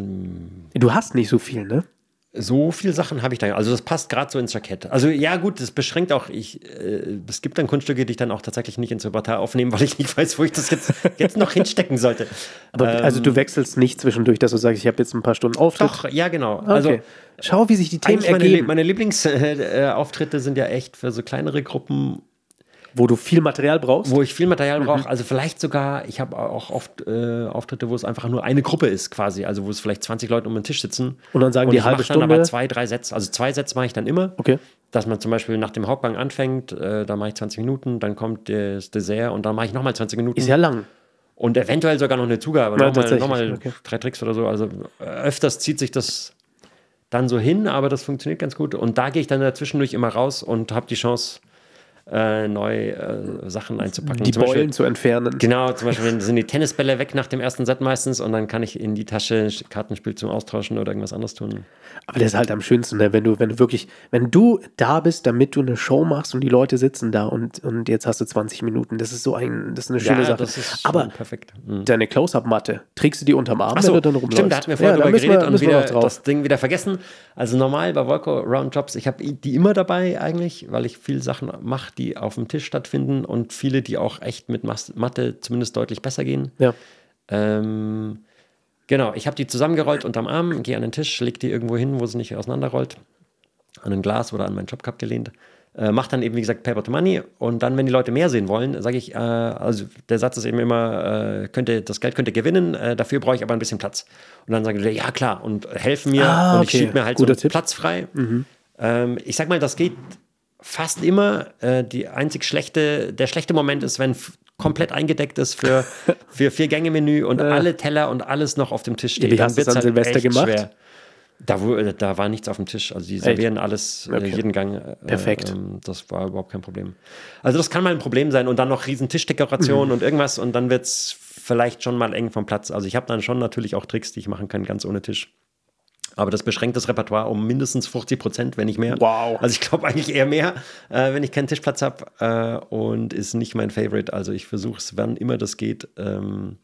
Du hast nicht so viel, ne? So viele Sachen habe ich da. Also das passt gerade so ins Jackett. Also ja gut, das beschränkt auch, ich, äh, es gibt dann Kunststücke, die ich dann auch tatsächlich nicht ins Repertoire aufnehme, weil ich nicht weiß, wo ich das jetzt, jetzt noch hinstecken sollte. Aber ähm, also du wechselst nicht zwischendurch, dass du sagst, ich habe jetzt ein paar Stunden Auftritt? Doch, ja genau. Okay. Also schau, wie sich die Themen meine, ergeben. Meine Lieblingsauftritte äh, sind ja echt für so kleinere Gruppen. Wo du viel Material brauchst? Wo ich viel Material mhm. brauche. Also vielleicht sogar, ich habe auch oft äh, Auftritte, wo es einfach nur eine Gruppe ist quasi. Also wo es vielleicht zwanzig Leute um den Tisch sitzen. Und dann sagen und die halbe Stunde? Und ich mache dann aber zwei, drei Sätze. Also zwei Sätze mache ich dann immer. Okay. Dass man zum Beispiel nach dem Hauptgang anfängt, äh, da mache ich zwanzig Minuten, dann kommt das Dessert und dann mache ich nochmal zwanzig Minuten. Ist ja lang. Und eventuell sogar noch eine Zugabe. Ja, nochmal noch mal okay. drei Tricks oder so. Also öfters zieht sich das dann so hin, aber das funktioniert ganz gut. Und da gehe ich dann dazwischendurch immer raus und habe die Chance, Äh, neu äh, Sachen einzupacken. Die zum Beulen Beispiel, zu entfernen. Genau, zum Beispiel sind die Tennisbälle weg nach dem ersten Set meistens und dann kann ich in die Tasche ein Kartenspiel zum Austauschen oder irgendwas anderes tun. Aber das ist halt am schönsten, ne? wenn du, wenn du wirklich, wenn du da bist, damit du eine Show machst und die Leute sitzen da und, und jetzt hast du zwanzig Minuten. Das ist so ein, das ist eine schöne ja, Sache. Das ist aber perfekt. Mhm. Deine Close-Up-Matte, trägst du die unterm Arm, Ach so, wenn du dann rumläufst? Stimmt, da hatten wir vorher ja, drüber geredet wir, und wieder das Ding wieder vergessen. Also normal bei Walk-Around-Jobs, ich habe die immer dabei eigentlich, weil ich viele Sachen mache, die auf dem Tisch stattfinden und viele, die auch echt mit Mathe zumindest deutlich besser gehen. Ja. Ähm, genau, ich habe die zusammengerollt unterm Arm, gehe an den Tisch, leg die irgendwo hin, wo sie nicht auseinanderrollt, an ein Glas oder an meinen Jobcup gelehnt. Äh, mach dann eben, wie gesagt, Paper to Money und dann, wenn die Leute mehr sehen wollen, sage ich, äh, also der Satz ist eben immer, äh, könnte, das Geld könnt ihr gewinnen, äh, dafür brauche ich aber ein bisschen Platz. Und dann sagen die, ja klar, und helfen mir ah, und ich okay. schiebe mir halt Guter so Tipp. Platz frei. Mhm. Ähm, ich sag mal, das geht fast immer. Äh, die einzig schlechte, der schlechte Moment ist, wenn f- komplett eingedeckt ist für, für Vier-Gänge-Menü und äh. alle Teller und alles noch auf dem Tisch steht. Ja, wie hast du es an halt Silvester gemacht? Schwer. Da, wo, da war nichts auf dem Tisch. Also die servieren Echt? alles, okay. äh, jeden Gang. Äh, Perfekt. Ähm, das war überhaupt kein Problem. Also das kann mal ein Problem sein. Und dann noch riesen Tischdekoration mhm. und irgendwas. Und dann wird es vielleicht schon mal eng vom Platz. Also ich habe dann schon natürlich auch Tricks, die ich machen kann, ganz ohne Tisch. Aber das beschränkt das Repertoire um mindestens fünfzig Prozent, wenn nicht mehr. Wow. Also ich glaube eigentlich eher mehr, äh, wenn ich keinen Tischplatz habe. Äh, und ist nicht mein Favorite. Also ich versuche es, wann immer das geht, ähm,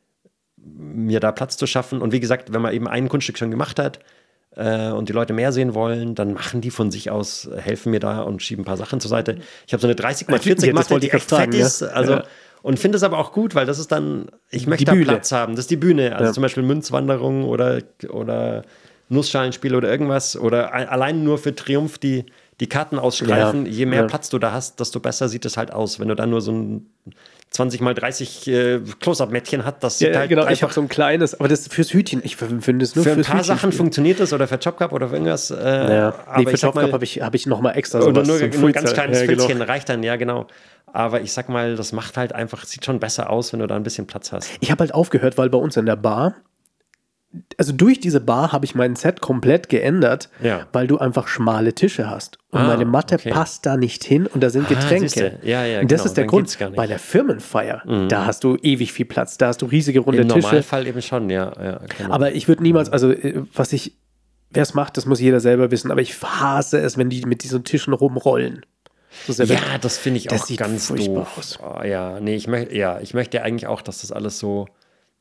mir da Platz zu schaffen. Und wie gesagt, wenn man eben ein Kunststück schon gemacht hat, und die Leute mehr sehen wollen, dann machen die von sich aus, helfen mir da und schieben ein paar Sachen zur Seite. Ich habe so eine dreißig mal vierzig Matte, die echt fett ist. Also, ja. Und finde es aber auch gut, weil das ist dann, ich möchte da Platz haben. Das ist die Bühne. Also ja. zum Beispiel Münzwanderung oder, oder Nussschalenspiel oder irgendwas. Oder allein nur für Triumph die, die Karten ausstreifen. Ja. Je mehr ja. Platz du da hast, desto besser sieht es halt aus. Wenn du dann nur so ein zwanzig mal dreißig äh, Close-Up-Mättchen hat, das sieht ja, halt genau, einfach... ich habe so ein kleines, aber das ist fürs Hütchen. Ich finde es nur für fürs ein paar Hütchen Sachen funktioniert das oder für Jobcup oder für irgendwas. Äh, ja. aber nee, für Jobcup habe ich, hab ich nochmal extra Oder nur, nur ein ganz kleines ja, Filzchen genau. reicht dann, ja genau. Aber ich sag mal, das macht halt einfach, sieht schon besser aus, wenn du da ein bisschen Platz hast. Ich habe halt aufgehört, weil bei uns in der Bar, also durch diese Bar habe ich mein Set komplett geändert, ja. weil du einfach schmale Tische hast. Und ah, meine Matte okay. passt da nicht hin und da sind ah, Getränke. Ja, ja, und das genau, ist der Grund. Bei der Firmenfeier, mhm. da hast du ewig viel Platz, da hast du riesige runde Im Tische. Im Normalfall eben schon, ja. ja genau. Aber ich würde niemals, also was ich, wer es macht, das muss jeder selber wissen, aber ich hasse es, wenn die mit diesen Tischen rumrollen. Das ja, ja, das finde ich das auch sieht ganz furchtbar doof. aus. Oh, ja, nee, ich möchte, ja, ich möchte eigentlich auch, dass das alles so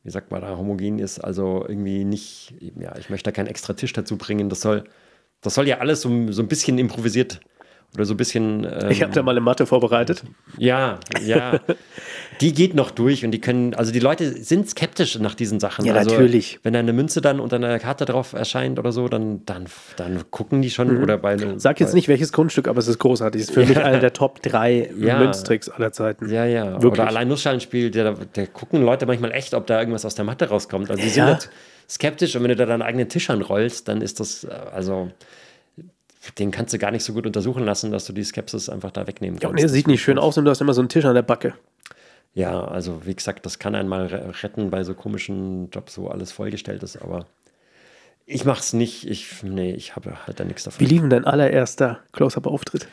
wie sagt man da, homogen ist, also irgendwie nicht, ja, ich möchte da keinen extra Tisch dazu bringen. Das soll, das soll ja alles so, so ein bisschen improvisiert oder so ein bisschen. Ähm, ich habe da mal eine Matte vorbereitet. Ja, ja. Die geht noch durch und die können, also die Leute sind skeptisch nach diesen Sachen. Ja, also, natürlich. Wenn da eine Münze dann unter einer Karte drauf erscheint oder so, dann, dann, dann gucken die schon. Mhm. Oder bei eine, Sag jetzt bei, nicht welches Grundstück, aber es ist großartig. Es ist für ja. mich einer der Top drei ja. Münztricks aller Zeiten. Ja, ja. Wirklich. Oder allein Nussschallenspiel, der, der gucken Leute manchmal echt, ob da irgendwas aus der Matte rauskommt. Also die sind ja. halt skeptisch und wenn du da deinen eigenen Tisch anrollst, dann ist das, also den kannst du gar nicht so gut untersuchen lassen, dass du die Skepsis einfach da wegnehmen kannst. Ja, und er sieht nicht schön aus und du hast immer so einen Tisch an der Backe. Ja, also wie gesagt, das kann einen mal retten bei so komischen Jobs, wo alles vollgestellt ist, aber ich mach's nicht. Ich, nee, ich habe halt da nichts davon. Wie lief denn dein allererster Close-Up-Auftritt?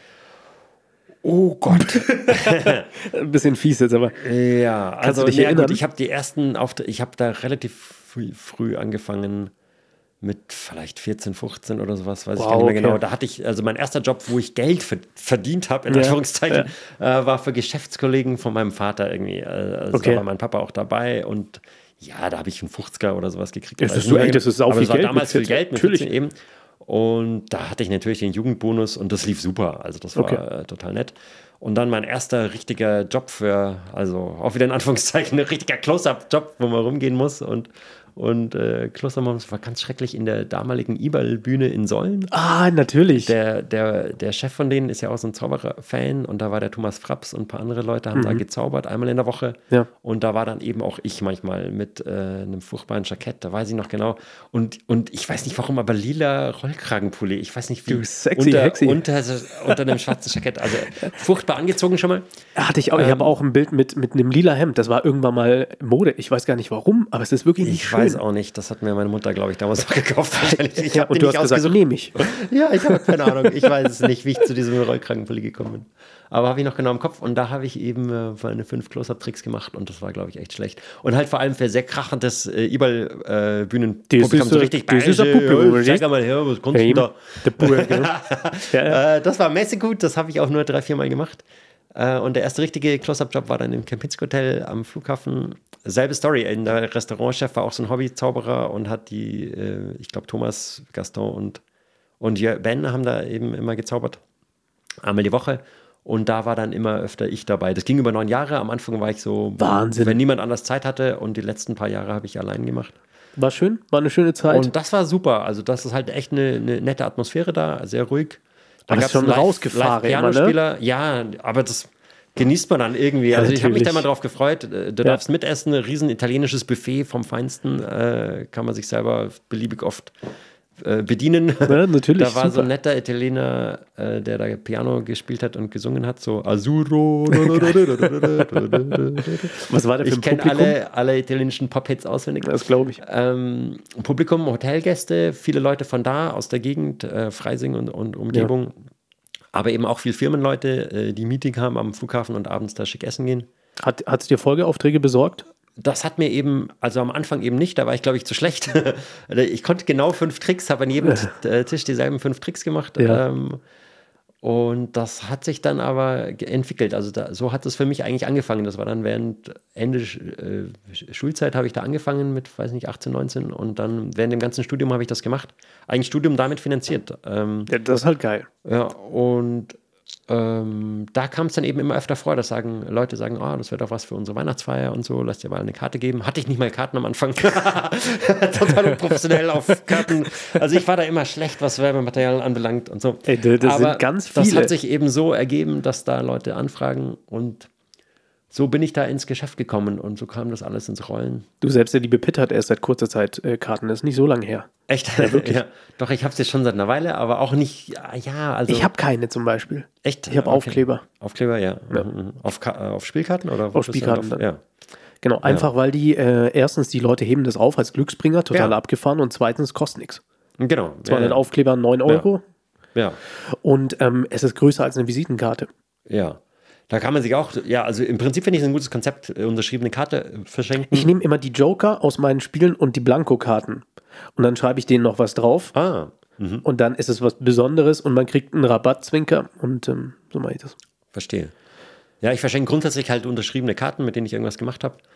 Oh Gott. Ein bisschen fies jetzt, aber. Ja, kannst also du dich nee, erinnern? gut, ich habe die ersten Auftritte, ich habe da relativ früh, früh angefangen mit vielleicht vierzehn, fünfzehn oder sowas, weiß wow, ich gar nicht mehr okay. genau. Da hatte ich, also mein erster Job, wo ich Geld verdient habe, in ja, Anführungszeichen, ja. äh, war für Geschäftskollegen von meinem Vater irgendwie. Also okay. Da war mein Papa auch dabei und ja, da habe ich einen fünfziger oder sowas gekriegt. Das ist, so, ey, das ist auch aber viel es war Geld damals viel Geld mit natürlich eben. Und da hatte ich natürlich den Jugendbonus und das lief super. Also das war okay. äh, total nett. Und dann mein erster richtiger Job für, also auch wieder in Anführungszeichen, ein richtiger Close-Up-Job, wo man rumgehen muss und Und äh, Klostermoms war ganz schrecklich in der damaligen Ibal-Bühne in Sollen. Ah, natürlich. Der, der, der Chef von denen ist ja auch so ein Zauberer-Fan und da war der Thomas Fraps und ein paar andere Leute haben mhm. da gezaubert, einmal in der Woche. Ja. Und da war dann eben auch ich manchmal mit äh, einem furchtbaren Jackett, da weiß ich noch genau. Und, und ich weiß nicht warum, aber lila Rollkragenpulli, ich weiß nicht wie. Du sexy unter, Hexi. Unter, unter einem schwarzen Jackett, also furchtbar angezogen schon mal. Hatte ich auch, ähm, ich habe auch ein Bild mit, mit einem lila Hemd, das war irgendwann mal Mode. Ich weiß gar nicht warum, aber es ist wirklich nicht ich schön. Ich weiß auch nicht, das hat mir meine Mutter, glaube ich, damals auch gekauft. Ich ja, und du hast gesagt, nehme ich. Ja, ich habe keine Ahnung, ich weiß es nicht, wie ich zu diesem Rollkragenpulli gekommen bin. Aber habe ich noch genau im Kopf und da habe ich eben äh, meine fünf Close-Up-Tricks gemacht und das war, glaube ich, echt schlecht. Und halt vor allem für sehr krachendes äh, Ibal-Bühnenpublikum, äh, so richtig das ist ein Publikum, zeig mal her, was kommst du da? ja. äh, das war mäßig gut, das habe ich auch nur drei, vier Mal gemacht. Äh, und der erste richtige Close-Up-Job war dann im Kempinski Hotel am Flughafen. Selbe Story, der Restaurantchef war auch so ein Hobbyzauberer und hat die, äh, ich glaube Thomas, Gaston und, und Ben haben da eben immer gezaubert. Einmal die Woche. Und da war dann immer öfter ich dabei. Das ging über neun Jahre. Am Anfang war ich so, Wahnsinn. Wenn niemand anders Zeit hatte und die letzten paar Jahre habe ich allein gemacht. War schön, war eine schöne Zeit. Und das war super. Also das ist halt echt eine, eine nette Atmosphäre da, sehr ruhig. Da gab es schon rausgefahren. Pianospieler, ne? Ja, aber das genießt man dann irgendwie. Ja, also ich habe mich da natürlich. mal drauf gefreut. Du Ja. darfst mitessen, ein riesen italienisches Buffet vom Feinsten. Äh, kann man sich selber beliebig oft äh, bedienen. Ja, natürlich, Da war so super. ein netter Italiener, äh, der da Piano gespielt hat und gesungen hat, so Azzurro. Was war der für Ich ein kenne Publikum? alle, alle italienischen Pop-Hits auswendig. Das glaube ich. Ähm, Publikum, Hotelgäste, viele Leute von da, aus der Gegend, äh, Freising und, und Umgebung. Aber eben auch viele Firmenleute, äh, die Meeting haben am Flughafen und abends da schick essen gehen. Hat es dir Folgeaufträge besorgt? Das hat mir eben, also am Anfang eben nicht, da war ich, glaube ich, zu schlecht. Ich konnte genau fünf Tricks, habe an jedem T- Tisch dieselben fünf Tricks gemacht. Ja. Ähm, und das hat sich dann aber ge- entwickelt. Also da, so hat es für mich eigentlich angefangen. Das war dann während Ende äh, Schulzeit habe ich da angefangen mit, weiß nicht, achtzehn, neunzehn. Und dann während dem ganzen Studium habe ich das gemacht. Eigentlich Studium damit finanziert. Ähm, Ja, das ist halt geil. ja, und ähm, da kam es dann eben immer öfter vor, dass sagen, Leute sagen, oh, das wäre doch was für unsere Weihnachtsfeier und so, lass dir mal eine Karte geben. Hatte ich nicht mal Karten am Anfang. Total unprofessionell auf Karten. Also ich war da immer schlecht, was Werbematerial anbelangt und so. Ey, das Aber sind ganz das viele. hat sich eben so ergeben, dass da Leute anfragen und so bin ich da ins Geschäft gekommen und so kam das alles ins Rollen. Du selbst, der liebe Pitt hat erst seit kurzer Zeit äh, Karten, das ist nicht so lange her. Echt? Ja, wirklich. Ja. Doch, ich habe es jetzt schon seit einer Weile, aber auch nicht, ja, ja also. Ich habe keine zum Beispiel. Echt? Ich habe Okay. Aufkleber. Aufkleber, ja. Ja. Mhm. Auf, Ka- äh, auf Spielkarten oder? Auf wo bist du Spielkarten drauf? dann. Ja. Genau, einfach weil die, äh, erstens, die Leute heben das auf als Glücksbringer, total Ja. abgefahren und zweitens kostet nichts. Genau. Es waren ja, ein Aufkleber neun Euro ja. und ähm, es ist größer als eine Visitenkarte. Ja. Da kann man sich auch, ja, also im Prinzip finde ich es ein gutes Konzept, äh, unterschriebene Karte äh, verschenken. Ich nehme immer die Joker aus meinen Spielen und die Blankokarten und dann schreibe ich denen noch was drauf ah, und dann ist es was Besonderes und man kriegt einen Rabattzwinker und ähm, so mache ich das. verstehe. Ja, ich verschenke grundsätzlich halt unterschriebene Karten, mit denen ich irgendwas gemacht habe.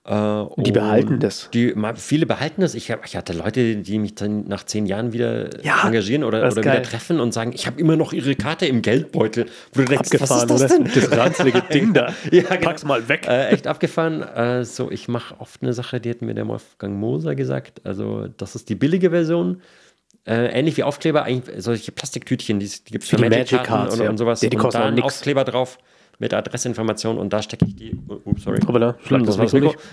Äh, die behalten das. Die, viele behalten das. Ich, hab, ich hatte Leute, die mich dann nach zehn Jahren wieder ja, engagieren oder, oder wieder treffen und sagen, ich habe immer noch ihre Karte im Geldbeutel. Wo du denkst, abgefahren, was ist das oder? denn? Das ranzlige Ding da. Ja, genau. Pack's mal weg. Äh, echt abgefahren. Äh, so, ich mache oft eine Sache, die hat mir der Wolfgang Moser gesagt. Also, das ist die billige Version. Äh, ähnlich wie Aufkleber, eigentlich solche Plastiktütchen, die, die gibt es für, für Magic Cards und, ja. und sowas. Die, die und da ein nix. Aufkleber drauf mit Adressinformation und da stecke ich die, oh, sorry, aber da schlag das, das Mikro.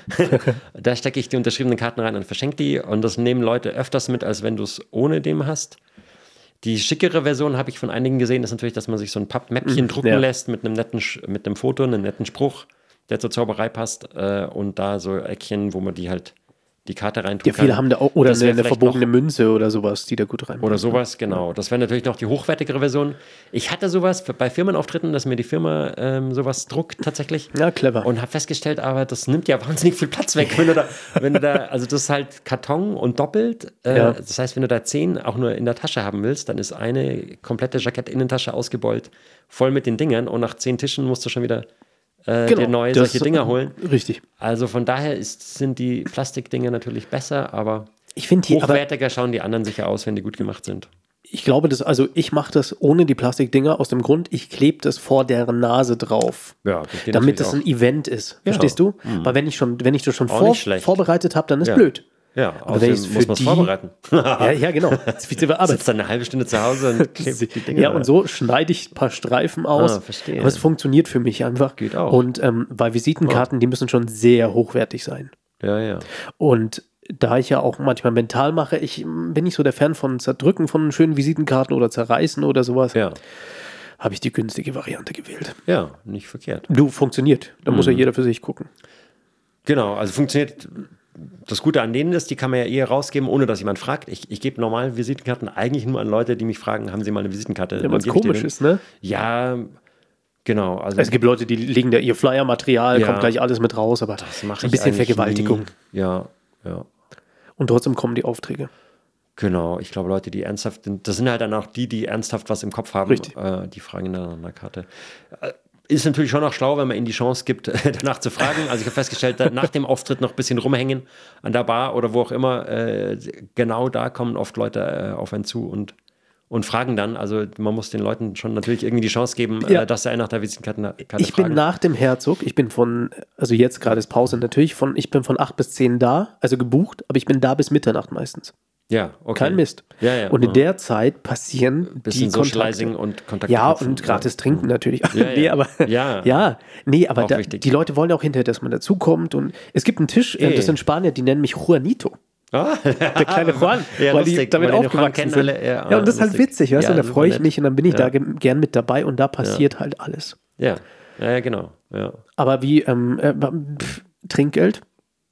Da stecke ich die unterschriebenen Karten rein und verschenke die und das nehmen Leute öfters mit, als wenn du es ohne dem hast. Die schickere Version habe ich von einigen gesehen, ist natürlich, dass man sich so ein Pappmäppchen drucken ja. lässt mit einem netten, mit einem Foto, einem netten Spruch, der zur Zauberei passt äh, und da so Eckchen, wo man die halt die Karte reintun ja, viele kann. haben da auch, oder eine, eine verbogene noch, Münze oder sowas, die da gut rein. Oder sowas, genau. Das wäre natürlich noch die hochwertigere Version. Ich hatte sowas bei Firmenauftritten, dass mir die Firma ähm, sowas druckt tatsächlich. Ja, clever. Und habe festgestellt, aber das nimmt ja wahnsinnig viel Platz weg, wenn du da, wenn du da, also das ist halt Karton und doppelt. Äh, ja. Das heißt, wenn du da zehn auch nur in der Tasche haben willst, dann ist eine komplette Jackett-Innentasche ausgebeult, voll mit den Dingern und nach zehn Tischen musst du schon wieder Äh, genau, dir neue solche Dinger holen. Richtig. Also von daher ist, sind die Plastikdinger natürlich besser, aber ich die, hochwertiger aber schauen die anderen sicher aus, wenn die gut gemacht sind. Ich glaube, das, also ich mache das ohne die Plastikdinger aus dem Grund, ich klebe das vor deren Nase drauf. Ja, damit das ein Event ist. Ja. Verstehst du? Mhm. Weil wenn ich schon, wenn ich das schon vor, vorbereitet habe, dann ist ja. blöd. Ja, aber wenn muss man es vorbereiten. ja, ja, genau. Das ist viel Arbeit. Sitzt dann eine halbe Stunde zu Hause und klebt die Dinge. Ja, und so schneide ich ein paar Streifen aus. Ah, verstehe. Aber es funktioniert für mich einfach. Geht auch. Und ähm, bei Visitenkarten, oh. die müssen schon sehr hochwertig sein. Ja, ja. Und da ich ja auch manchmal mental mache, ich bin nicht so der Fan von Zerdrücken von schönen Visitenkarten oder Zerreißen oder sowas. Ja. Habe ich die günstige Variante gewählt. Ja, nicht verkehrt. Du, funktioniert. Da mhm. muss ja jeder für sich gucken. Genau, also funktioniert. Das Gute an denen ist, die kann man ja eher rausgeben, ohne dass jemand fragt. Ich, ich gebe normal Visitenkarten eigentlich nur an Leute, die mich fragen, haben sie mal eine Visitenkarte? Ja, weil es komisch ist, ne? Ja, genau. Also es gibt Leute, die legen da ihr Flyer-Material, ja, kommt gleich alles mit raus, aber das mache ein bisschen Vergewaltigung. Nie. Ja, ja. Und trotzdem kommen die Aufträge. Genau, ich glaube, Leute, die ernsthaft, das sind halt dann auch die, die ernsthaft was im Kopf haben, äh, die fragen nach einer Karte. Äh, Ist natürlich schon auch schlau, wenn man ihnen die Chance gibt, danach zu fragen. Also ich habe festgestellt, nach dem Auftritt noch ein bisschen rumhängen an der Bar oder wo auch immer. Äh, genau da kommen oft Leute äh, auf einen zu und, und fragen dann. Also man muss den Leuten schon natürlich irgendwie die Chance geben, ja. äh, dass sie einen nach der Visitenkarte fragen. Ich bin nach dem Herzog, ich bin von, also jetzt gerade ist Pause natürlich, von, ich bin von acht bis zehn da, also gebucht, aber ich bin da bis Mitternacht meistens. Ja, okay. Kein Mist. Ja, ja, und in der Zeit passieren bisschen die Kontakte. und Kontakte. Ja, und gratis ja. trinken natürlich. Ja, ja. nee, aber, ja. ja, nee, aber da, die Leute wollen auch hinterher, dass man dazukommt. Und es gibt einen Tisch, äh, das sind Spanier, die nennen mich Juanito. Ah. Der kleine Juan, ja, weil lustig, die damit weil aufgewachsen sind. Alle, ja, ja, und das ist halt witzig, weißt du, ja, und da freue ich nett. mich und dann bin ich ja. da ge- gern mit dabei und da passiert ja. halt alles. Ja, ja, genau. Ja. Aber wie, ähm, äh, pff, Trinkgeld?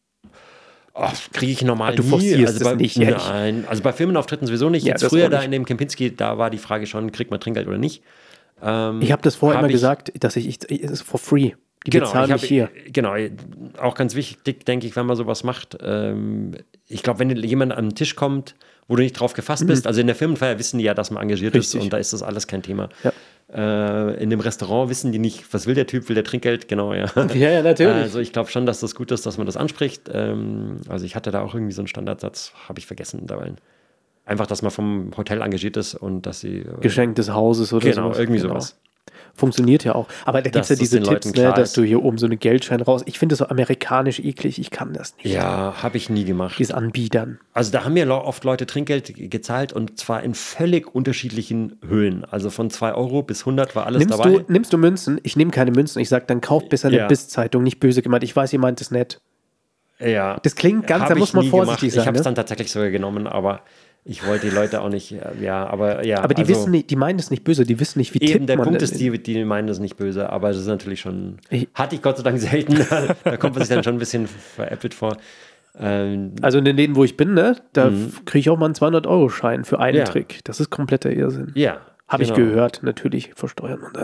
Oh, kriege ich normal du nie. forcierst Also bei, es nicht. Nein, also bei Firmenauftritten sowieso nicht. Ja, Jetzt früher da in dem Kempinski, da war die Frage schon, kriegt man Trinkgeld oder nicht. Ähm, ich habe das vorher hab immer ich, gesagt, dass ich, ich, es ist for free. Die genau, bezahlen mich hab, hier. Genau, auch ganz wichtig, denke ich, wenn man sowas macht. Ähm, ich glaube, wenn jemand an den Tisch kommt, wo du nicht drauf gefasst Mhm. bist, also in der Firmenfeier wissen die ja, dass man engagiert Richtig. ist und da ist das alles kein Thema. Ja. Äh, in dem Restaurant wissen die nicht, was will der Typ, will der Trinkgeld? Genau, ja. Ja, ja, natürlich. Also ich glaube schon, dass das gut ist, dass man das anspricht. Ähm, also ich hatte da auch irgendwie so einen Standardsatz, habe ich vergessen dabei. Einfach, dass man vom Hotel engagiert ist und dass sie... Äh, Geschenk des Hauses oder genau, sowas. irgendwie genau. sowas. Funktioniert ja auch. Aber da gibt es ja diese Tipps, ne, dass ist. du hier oben so eine Geldschein raus... Ich finde das so amerikanisch eklig, ich kann das nicht. Ja, habe ich nie gemacht. Dieses Anbietern. Also da haben mir oft Leute Trinkgeld gezahlt und zwar in völlig unterschiedlichen Höhen. Also von zwei Euro bis hundert war alles nimmst dabei. Du, nimmst du Münzen? Ich nehme keine Münzen. Ich sage, dann kauf besser eine ja. Biss-Zeitung, nicht böse gemeint. Ich weiß, ihr meint es nett. Ja. Das klingt ganz, da muss man vorsichtig gemacht. sein. Ich habe es ne? dann tatsächlich sogar genommen, aber ich wollte die Leute auch nicht, ja, aber ja. Aber die also, wissen nicht, die meinen es nicht böse, die wissen nicht, wie tippt eben, der man Punkt das ist, die, die meinen das nicht böse, aber das ist natürlich schon, ich, hatte ich Gott sei Dank selten, da kommt man sich dann schon ein bisschen veräppelt vor. Ähm, also in den Läden, wo ich bin, ne, da Mhm. kriege ich auch mal einen zweihundert-Euro-Schein für einen Ja. Trick. Das ist kompletter Irrsinn. ja. Habe genau. ich gehört, natürlich versteuern. Und,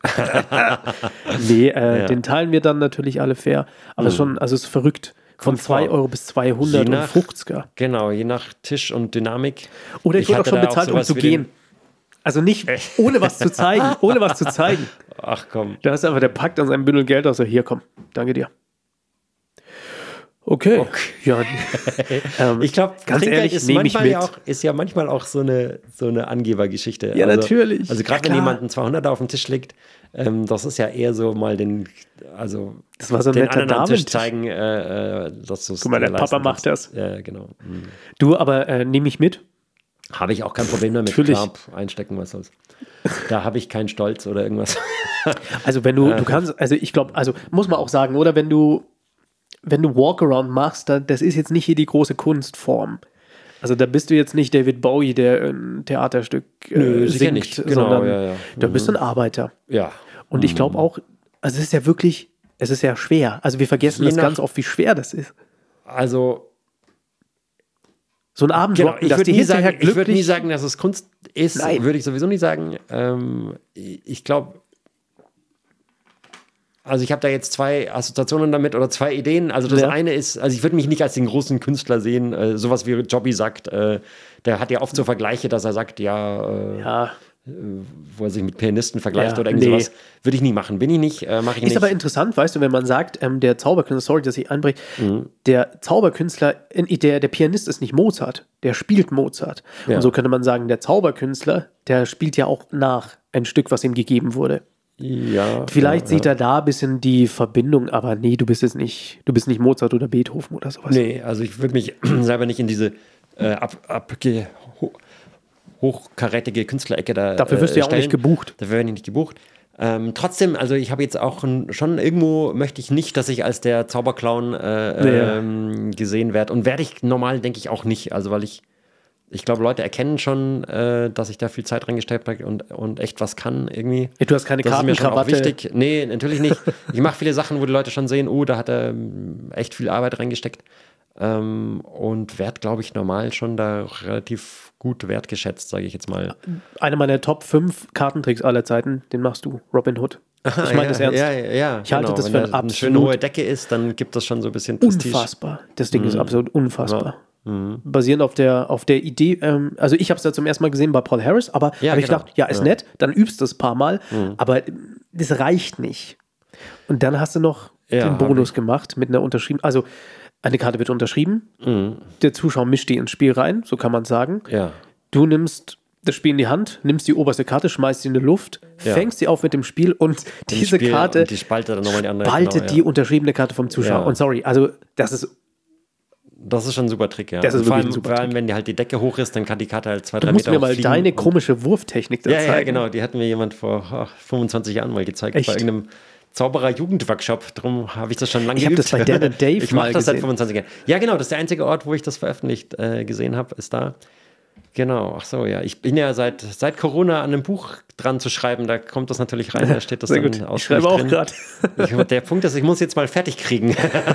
nee, äh, Ja. den teilen wir dann natürlich alle fair. Aber Mhm. schon, also es ist verrückt. Von Kommt vor. zwei Euro bis zweihundert Je nach- und fünfziger. Genau, je nach Tisch und Dynamik. Oder ich, Ich wurde auch hatte schon da auch bezahlt, um sowas zu wie gehen. den- Also nicht ohne was zu zeigen, ohne was zu zeigen. Ach komm. Da ist einfach, der packt an seinem Bündel Geld aus. So, hier, komm, danke dir. Okay. okay. Ja, ähm, ich glaube, ganz ehrlich, ist, manchmal ja auch, ist ja manchmal auch so eine, so eine Angebergeschichte. Ja, also, natürlich. Also gerade wenn jemand einen zweihunderter auf dem Tisch legt, ähm, das ist ja eher so mal den, also das war so ein den netter anderen am Tisch David. zeigen, äh, äh, dass du es Guck mal, der Papa macht das. Ja, genau. Mhm. Du, aber äh, nehme ich mit? Habe ich auch kein Problem damit. Natürlich. Klar, einstecken, was soll's. Da habe ich keinen Stolz oder irgendwas. Also wenn du, du kannst, also ich glaube, also muss man auch sagen, oder wenn du, wenn du Walkaround machst, dann, das ist jetzt nicht hier die große Kunstform. Also da bist du jetzt nicht David Bowie, der ein Theaterstück äh, Nö, singt, nicht. Genau, sondern ja, ja. da bist du ein Arbeiter. Ja. Und ich glaube auch, also es ist ja wirklich, es ist ja schwer. Also wir vergessen Je das nach, ganz oft, wie schwer das ist. Also so ein Abend, genau, ich würde nie, sagen, ich würd nie sagen, dass es Kunst ist, Nein. würde ich sowieso nicht sagen. Ähm, ich glaube, also ich habe da jetzt zwei Assoziationen damit oder zwei Ideen. Also das ja. eine ist, also ich würde mich nicht als den großen Künstler sehen, äh, sowas wie Jobby sagt, äh, der hat ja oft so Vergleiche, dass er sagt, ja, äh, ja. wo er sich mit Pianisten vergleicht ja, oder irgend nee. sowas. Würde ich nie machen. Bin ich nicht, äh, mache ich ist nicht. Ist aber interessant, weißt du, wenn man sagt, ähm, der Zauberkünstler, sorry, dass ich einbreche, mhm. der Zauberkünstler, der, der Pianist ist nicht Mozart, der spielt Mozart. Ja. Und so könnte man sagen, der Zauberkünstler, der spielt ja auch nach ein Stück, was ihm gegeben wurde. Ja. Vielleicht ja, sieht ja. er da ein bisschen die Verbindung, aber nee, du bist jetzt nicht, du bist nicht Mozart oder Beethoven oder sowas. Nee, also ich würde mich selber nicht in diese äh, ab, ab, hochkarätige Künstlerecke da Dafür wirst äh, du ja auch nicht gebucht. Dafür werde ich nicht gebucht. Ähm, trotzdem, also ich habe jetzt auch ein, schon irgendwo, möchte ich nicht, dass ich als der Zauberclown äh, ja. ähm, gesehen werde. Und werde ich normal, denke ich, auch nicht. Also weil ich, ich glaube, Leute erkennen schon, äh, dass ich da viel Zeit reingesteckt habe und, und echt was kann irgendwie. Ja, du hast keine Karten, das ist mir schon Krawatte. Auch wichtig. Nee, natürlich nicht. Ich mache viele Sachen, wo die Leute schon sehen, oh, da hat er echt viel Arbeit reingesteckt. Ähm, und werde, glaube ich, normal schon da relativ gut wertgeschätzt, sage ich jetzt mal. Einer meiner Top fünf Kartentricks aller Zeiten, den machst du, Robin Hood. Aha, ich meine ja, das ernst. Ja, ja, ja, ich halte genau. das Wenn für da ein absolut eine schöne hohe Decke ist, dann gibt das schon so ein bisschen Prestige. Unfassbar. Das Ding mhm. ist absolut unfassbar. Ja. Mhm. Basierend auf der, auf der Idee, ähm, also ich habe es ja zum ersten Mal gesehen bei Paul Harris, aber ja, hab ich genau. gedacht, ja, ist ja. nett, dann übst du es ein paar Mal, mhm. aber das reicht nicht. Und dann hast du noch ja, den Bonus gemacht mit einer unterschrieben, also eine Karte wird unterschrieben, mhm. der Zuschauer mischt die ins Spiel rein, so kann man sagen. Ja. Du nimmst das Spiel in die Hand, nimmst die oberste Karte, schmeißt sie in die Luft, ja. fängst sie auf mit dem Spiel und diese Spiel, Karte und die spaltet dann nochmal die andere. spaltet genau, ja. die unterschriebene Karte vom Zuschauer. Ja. Und sorry, also das ist Das ist schon ein super Trick, ja. Das ist vor, wirklich allem, ein super vor allem, Trick. wenn die halt die Decke hoch ist, dann kann die Karte halt zwei, du drei musst Meter mir mal fliegen deine komische Wurftechnik da ja, zeigen. Ja, genau. Die hat mir jemand vor ach, fünfundzwanzig Jahren mal gezeigt. Echt? Bei irgendeinem Zauberer-Jugendworkshop. Darum habe ich das schon lange ich geübt. Ich habe das bei Dan and Dave ich mache das gesehen. seit fünfundzwanzig Jahren. Ja, genau. Das ist der einzige Ort, wo ich das veröffentlicht äh, gesehen habe, ist da. Genau. Ach so, ja. Ich bin ja seit, seit Corona an einem Buch dran zu schreiben. Da kommt das natürlich rein. Da steht das Sehr dann gut. ausführlich Ich schreibe auch drin. gerade. Der Punkt ist, ich muss jetzt mal fertig kriegen.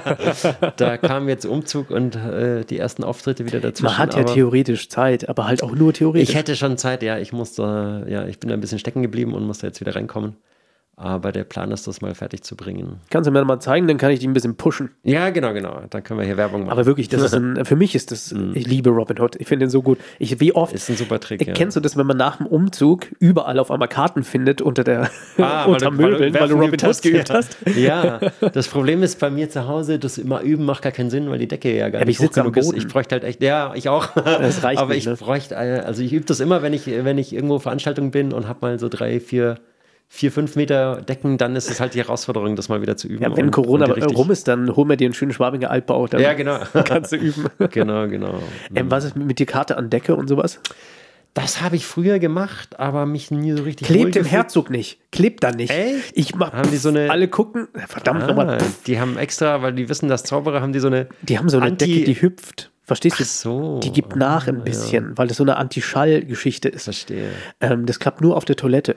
Da kam jetzt Umzug und äh, die ersten Auftritte wieder dazu. Man hat ja theoretisch Zeit, aber halt auch nur theoretisch. Ich hätte schon Zeit, ja. Ich musste, ja, ich bin da ein bisschen stecken geblieben und musste jetzt wieder reinkommen. Aber der Plan ist, das mal fertig zu bringen. Kannst du mir mal zeigen, dann kann ich die ein bisschen pushen. Ja, genau, genau. Dann können wir hier Werbung machen. Aber wirklich, das ist ein, für mich ist das, ich liebe Robin Hood. Ich finde den so gut. Ich, wie oft, ist ein super Trick, ja. Kennst du das, wenn man nach dem Umzug überall auf einmal Karten findet unter der ah, unter weil Möbeln, du, weil du Robin Hood geübt ja. hast? Ja, das Problem ist bei mir zu Hause, das immer üben macht gar keinen Sinn, weil die Decke ja gar ja, nicht hoch genug ist. Ich bräuchte halt echt, ja, ich auch. Das reicht aber nicht, ich ne? bräuchte, also ich übe das immer, wenn ich, wenn ich irgendwo Veranstaltungen bin und habe mal so drei, vier vier, fünf Meter Decken, dann ist es halt die Herausforderung, das mal wieder zu üben. Ja, wenn und, Corona und rum ist, dann hol mir dir einen schönen Schwabinger Altbau, dann ja, genau. kannst du üben. Genau, genau. Ähm, was ist mit der Karte an Decke und sowas? Das habe ich früher gemacht, aber mich nie so richtig Klebt im Herzog nicht. Klebt da nicht. Echt? Ich mach, haben die so eine, alle gucken, verdammt ah, nochmal. Die haben extra, weil die wissen, dass Zauberer haben die so eine Die haben so eine Anti- Decke, die hüpft. Verstehst du? Ach so. Die gibt nach ein bisschen, ja. weil das so eine Anti-Schall-Geschichte ist. Verstehe. Ähm, das klappt nur auf der Toilette.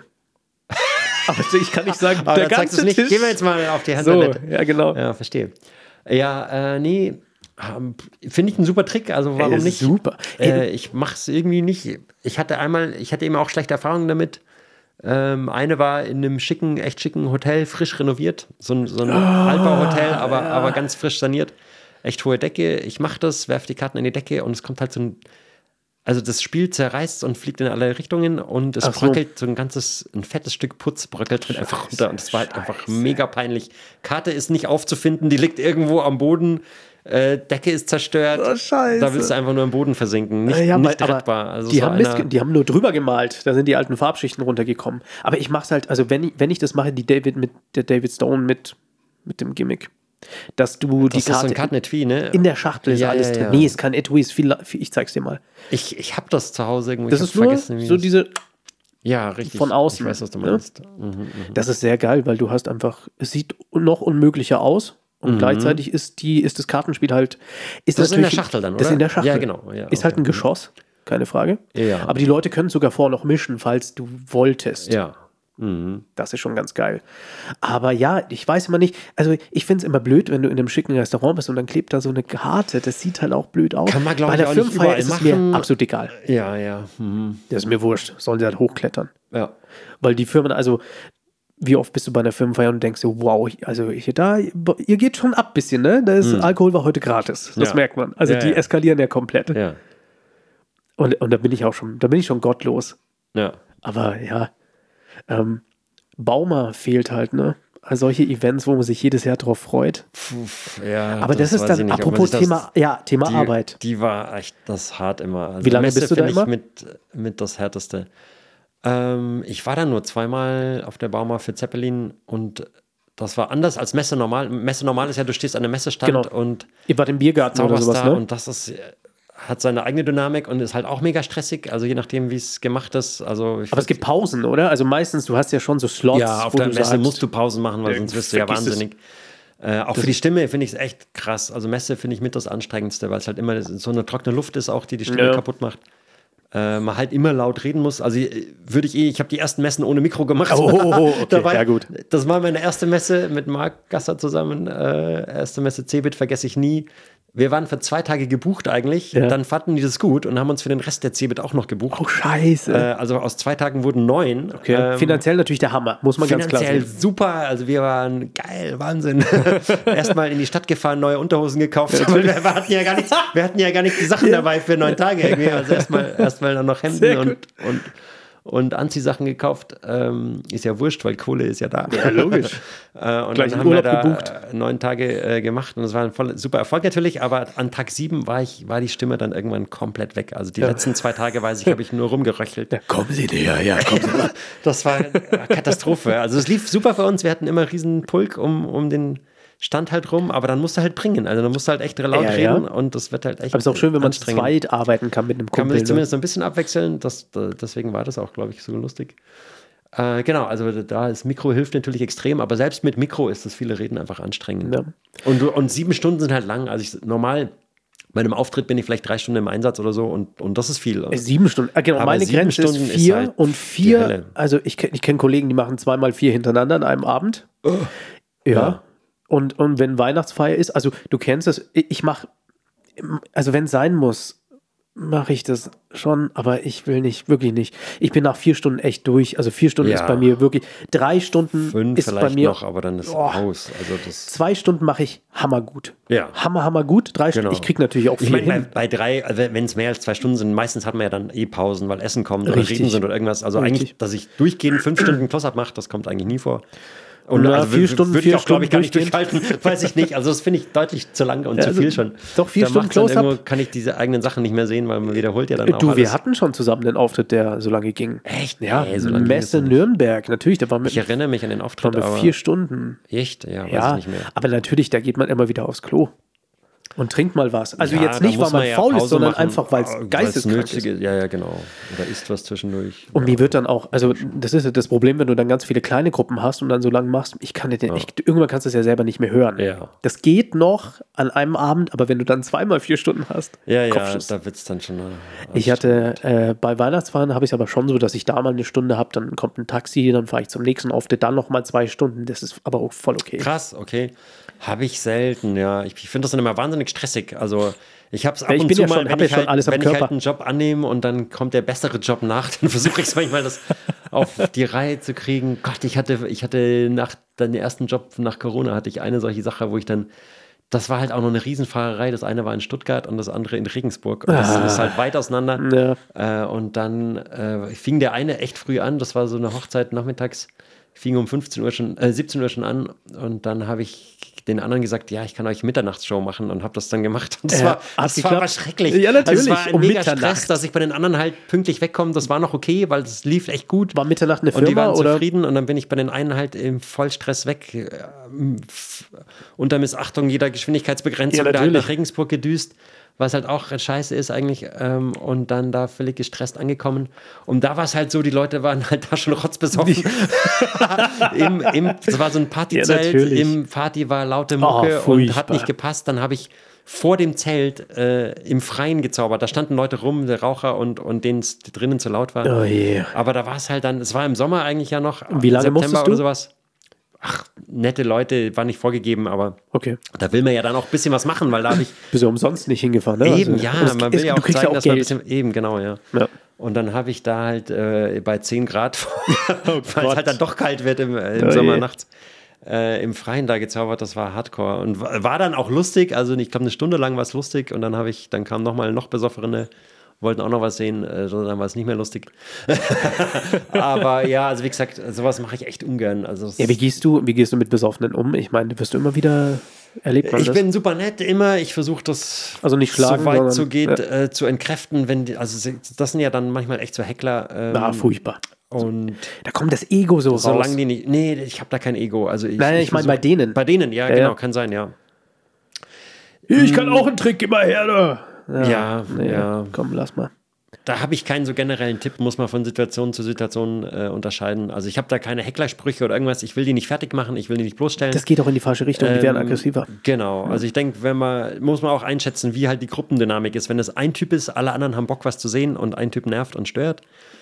Aber ich kann nicht sagen, aber der dann ganze nicht. Tisch. Gehen wir jetzt mal auf die Hand. So, ja, genau. Ja, verstehe. Ja, äh, nee, finde ich einen super Trick, also warum Ey, nicht? Super. Äh, ich mache es irgendwie nicht. Ich hatte einmal, ich hatte eben auch schlechte Erfahrungen damit. Ähm, eine war in einem schicken, echt schicken Hotel, frisch renoviert. So ein, so ein oh, Altbauhotel, aber, ja. aber ganz frisch saniert. Echt hohe Decke. Ich mache das, werfe die Karten in die Decke und es kommt halt so ein, also das Spiel zerreißt und fliegt in alle Richtungen und es Ach so. bröckelt so ein ganzes, ein fettes Stück Putz bröckelt drin einfach runter und es war halt einfach mega peinlich. Karte ist nicht aufzufinden, die liegt irgendwo am Boden. äh, Decke ist zerstört. Oh, scheiße. Da willst du einfach nur im Boden versinken. Nicht, ja, nicht aber, rettbar. Also die, so haben Mist, die haben nur drüber gemalt. Da sind die alten Farbschichten runtergekommen. Aber ich mach's halt, also wenn ich, wenn ich das mache, die David mit der David Stone mit, mit dem Gimmick, dass du das die Karte ist so ein Kartenetui, ne? in der Schachtel ist Ja, alles ja, drin. ja. Nee, es ist kein Etui, ist viel, viel, ich zeig's dir mal. Ich, ich habe das zu Hause irgendwo. Das ich ist nur vergessen, wie so das- diese, Ja, richtig. von außen, Ich weiß, was du ne? meinst. Mhm, mhm. das ist sehr geil, weil du hast einfach, es sieht noch unmöglicher aus und Mhm. gleichzeitig ist die, ist das Kartenspiel halt, ist Das ist in der natürlich- Schachtel dann, oder? Das ist in der Schachtel. Ja, genau. Ja, ist halt okay. ein Geschoss, keine Frage. Ja. Aber die Leute können sogar vorher noch mischen, falls du wolltest. Ja. Mhm. Das ist schon ganz geil. Aber ja, ich weiß immer nicht, also ich finde es immer blöd, wenn du in einem schicken Restaurant bist und dann klebt da so eine Karte. Das sieht halt auch blöd aus. Kann man, glaub Bei ich, der auch nicht Firmenfeier überall ist es machen. mir absolut egal. Ja, ja. Mhm. Das ist mir wurscht. Sollen sie halt hochklettern. Ja. Weil die Firmen, also wie oft bist du bei einer Firmenfeier und denkst so, wow, also ich, da, ihr geht schon ab ein bisschen, ne? Da ist, Alkohol war heute gratis. Das Ja. merkt man. Also Ja, die ja. eskalieren ja komplett. Ja. Und, und da bin ich auch schon, da bin ich schon gottlos. Ja. Aber ja, ähm, Bauma fehlt halt, ne? Also solche Events, wo man sich jedes Jahr drauf freut. Puh, ja, Aber das, ist weiß ich dann, nicht, ob man apropos sich das- Thema, ja, Thema die, Arbeit. Die war echt das hart immer. Also Wie lange Messe bist du da finde ich immer? Mit, mit das Härteste. Ähm, ich war da nur zweimal auf der Bauma für Zeppelin und das war anders als Messe normal. Messe normal ist ja, du stehst an einem Messestand Genau. und Ihr wart im Biergarten oder zauberst sowas, da ne? und das ist, hat seine eigene Dynamik und ist halt auch mega stressig, also je nachdem, wie es gemacht ist. Also ich Aber es gibt Pausen, oder? Also meistens, du hast ja schon so Slots, ja, auf wo der du Messe sagst, musst du Pausen machen, weil Ja, sonst wirst du ja vergiss es. wahnsinnig. Äh, auch für die Stimme finde ich es echt krass. Also Messe finde ich mit das Anstrengendste, weil es halt immer so eine trockene Luft ist, auch die die Stimme Ja. kaputt macht. Äh, man halt immer laut reden muss. Also äh, würde ich eh, ich habe die ersten Messen ohne Mikro gemacht. Oh, okay, Da war, ja gut. Das war meine erste Messe mit Marc Gasser zusammen. Äh, erste Messe Cebit vergesse ich nie. Wir waren für zwei Tage gebucht eigentlich. Ja. Dann fanden die das gut und haben uns für den Rest der Cebit auch noch gebucht. Oh, scheiße. Äh, also aus zwei Tagen wurden neun. okay. Ähm, Finanziell natürlich der Hammer, muss man ganz klar Finanziell sagen. super, also wir waren geil, Wahnsinn. Erstmal in die Stadt gefahren, neue Unterhosen gekauft. Ja, wir, wir, hatten ja gar nichts, wir hatten ja gar nicht die Sachen dabei für neun Tage irgendwie. Also erstmal erstmal dann noch Hemden Sehr und, gut. und, und Anziehsachen gekauft. Ähm, ist ja wurscht, weil Kohle ist ja da. Ja, logisch. äh, und Gleich dann einen haben wir Urlaub da gebucht. äh, neun Tage äh, gemacht und das war ein voll, super Erfolg natürlich, aber an Tag sieben war, ich, war die Stimme dann irgendwann komplett weg. Also die letzten zwei Tage, weiß ich, habe ich nur rumgeröchelt. Kommen Sie näher, ja, kommen Sie mal. Das war eine Katastrophe. Also es lief super für uns. Wir hatten immer riesen Pulk um, um den Stand halt rum, aber dann musst du halt bringen. Also dann musst du halt echt laut Ja, reden ja. und das wird halt echt Aber es ist auch schön, wenn man zu anstrengend. zweit arbeiten kann mit einem Kann man Kumpel. sich Ne? zumindest so ein bisschen abwechseln. Das, da, deswegen war das auch, glaube ich, so lustig. Äh, genau, also da das Mikro hilft natürlich extrem, aber selbst mit Mikro ist das viele Reden einfach anstrengend. Ja. Und, du- und sieben Stunden sind halt lang. Also ich, normal bei einem Auftritt bin ich vielleicht drei Stunden im Einsatz oder so und, und das ist viel. Äh, Sieben Stunden. Ah, genau, Aber meine sieben Grenze ist Stunden ist vier halt und die vier. Hölle. Also ich, kenn- ich kenne Kollegen, die machen zweimal vier hintereinander an einem Abend. Ja. Ja. Und, und wenn Weihnachtsfeier ist, also du kennst das, ich mache, also wenn es sein muss, mache ich das schon, aber ich will nicht, wirklich nicht. Ich bin nach vier Stunden echt durch. Also vier Stunden Ja. ist bei mir wirklich, drei Stunden Fünf ist bei vielleicht mir, noch, aber dann ist Oh. aus. Also das zwei Stunden mache ich hammergut. Ja. Hammer, hammer gut. Drei Genau. Stunden, ich kriege natürlich auch Ich viel meine, bei, hin. bei drei, also wenn es mehr als zwei Stunden sind, meistens hat man ja dann eh Pausen, weil Essen kommt oder Richtig. Reden sind oder irgendwas. Also Richtig. eigentlich, dass ich durchgehend fünf Stunden Close-Up mache, das kommt eigentlich nie vor. Und Na, also vier wür- Stunden, würde vier ich auch, glaube ich, gar nicht Stunden durchhalten. Weiß ich nicht. Also das finde ich deutlich zu lang und Ja, zu also viel schon. doch, vier Da Stunden macht's dann Close-Up. irgendwo, kann ich diese eigenen Sachen nicht mehr sehen, weil man wiederholt ja dann auch Du, alles. wir hatten schon zusammen einen Auftritt, der so lange ging. Echt? Ja, Nee, so lange ging Messe das nicht. Nürnberg, natürlich, da waren wir Ich erinnere mich an den waren Auftritt, wir aber vier Stunden. echt? Ja, weiß ich Ja, nicht mehr. aber natürlich, da geht man immer wieder aufs Klo und trinkt mal was. Also Ja, jetzt da nicht, weil muss man ja faul ist, Pause sondern machen, einfach, weil äh, es geisteskrank nötig ist. Ja, ja, genau. Oder isst was zwischendurch. Und mir wird dann auch, also das ist ja das Problem, wenn du dann ganz viele kleine Gruppen hast und dann so lange machst, ich kann dir den echt, irgendwann kannst du es ja selber nicht mehr hören. Ja. Das geht noch an einem Abend, aber wenn du dann zweimal vier Stunden hast, Ja, ja, Kopfschuss. da wird es dann schon. Äh, Ich hatte äh, bei Weihnachtsfeiern habe ich es aber schon so, dass ich da mal eine Stunde habe, dann kommt ein Taxi, dann fahre ich zum nächsten Auftritt, dann noch mal zwei Stunden. Das ist aber auch voll okay. Krass, okay. Habe ich selten, ja. Ich, ich finde das dann immer wahnsinnig stressig. Also ich habe es ab Ja, ich und bin zu ja mal, schon- wenn, hab ja ich, schon halt, alles am wenn ich halt Körper. einen Job annehme und dann kommt der bessere Job nach, dann versuche ich es manchmal, das auf die Reihe zu kriegen. Gott, ich hatte, ich hatte nach dem ersten Job nach Corona hatte ich eine solche Sache, wo ich dann, das war halt auch noch eine Riesenfahrerei. Das eine war in Stuttgart und das andere in Regensburg. Und das Ah. ist halt weit auseinander. Ja. Äh, und dann äh, fing der eine echt früh an. Das war so eine Hochzeit nachmittags. Fing um fünfzehn Uhr schon, äh, siebzehn Uhr schon an. Und dann habe ich den anderen gesagt, ja, ich kann euch Mitternachtsshow machen und habe das dann gemacht. Und das Ja, war, hat das war aber geklappt? schrecklich. Ja, natürlich, Also es war ein um mega Mitternacht. Stress, dass ich bei den anderen halt pünktlich wegkomme. Das war noch okay, weil es lief echt gut. War Mitternacht eine Und die Firma, waren oder? zufrieden und dann bin ich bei den einen halt im Vollstress weg, äh, f- unter Missachtung jeder Geschwindigkeitsbegrenzung, Ja, da halt natürlich. nach Regensburg gedüst, was halt auch scheiße ist eigentlich, ähm, und dann da völlig gestresst angekommen. Und da war es halt so, die Leute waren halt da schon rotzbesoffen. Im, im, das war so ein Partyzelt, Ja, natürlich. im Party war laute Mucke Oh, und hat furchtbar. nicht gepasst. Dann habe ich vor dem Zelt äh, im Freien gezaubert. Da standen Leute rum, der Raucher und, und denen es drinnen zu laut war. Oh je. Aber da war es halt dann, es war im Sommer eigentlich ja noch, Wie lange September musstest du? oder sowas. Ach, nette Leute, war nicht vorgegeben, aber Okay. da will man ja dann auch ein bisschen was machen, weil da habe ich Bist du umsonst nicht hingefahren, ne? eben, Also, ja, es- man es- will ja du auch kriegst zeigen, ja auch dass man ein Geld. bisschen, eben, genau, ja. Ja. Und dann habe ich da halt äh, bei zehn Grad, weil es Gott. halt dann doch kalt wird im, äh, im Oh Sommer je. nachts, äh, im Freien da gezaubert, das war Hardcore. Und war, war dann auch lustig, also ich glaube eine Stunde lang war es lustig und dann habe ich, dann kam nochmal noch besoffene, wollten auch noch was sehen, äh, so, dann war es nicht mehr lustig. Aber ja, also wie gesagt, sowas mache ich echt ungern. Also es- Ja, wie gehst du, wie gehst du mit Besoffenen um? Ich meine, wirst du immer wieder erlebt man ich das? bin super nett immer. Ich versuche das Also nicht schlagen, so weit sondern- so geht, ja. äh, zu entkräften, wenn die, also sie- das sind ja dann manchmal echt so Heckler. Ähm, Ah, furchtbar. und Da kommt das Ego so raus. solange die nicht. Nee, ich habe da kein Ego. Also ich, Nein, ich meine versuch- bei denen. Bei denen, ja, Ja, genau, ja. kann sein, ja. Ich kann auch einen Trick, gib mal her, du. Ja, Nee, ja. Komm, lass mal. Da habe ich keinen so generellen Tipp, muss man von Situation zu Situation äh, unterscheiden. Also ich habe da keine Hecklersprüche oder irgendwas. Ich will die nicht fertig machen, ich will die nicht bloßstellen. Das geht auch in die falsche Richtung, die werden Ähm, aggressiver. Genau, also ich denke, wenn man, muss man auch einschätzen, wie halt die Gruppendynamik ist. Wenn es ein Typ ist, alle anderen haben Bock, was zu sehen und ein Typ nervt und stört,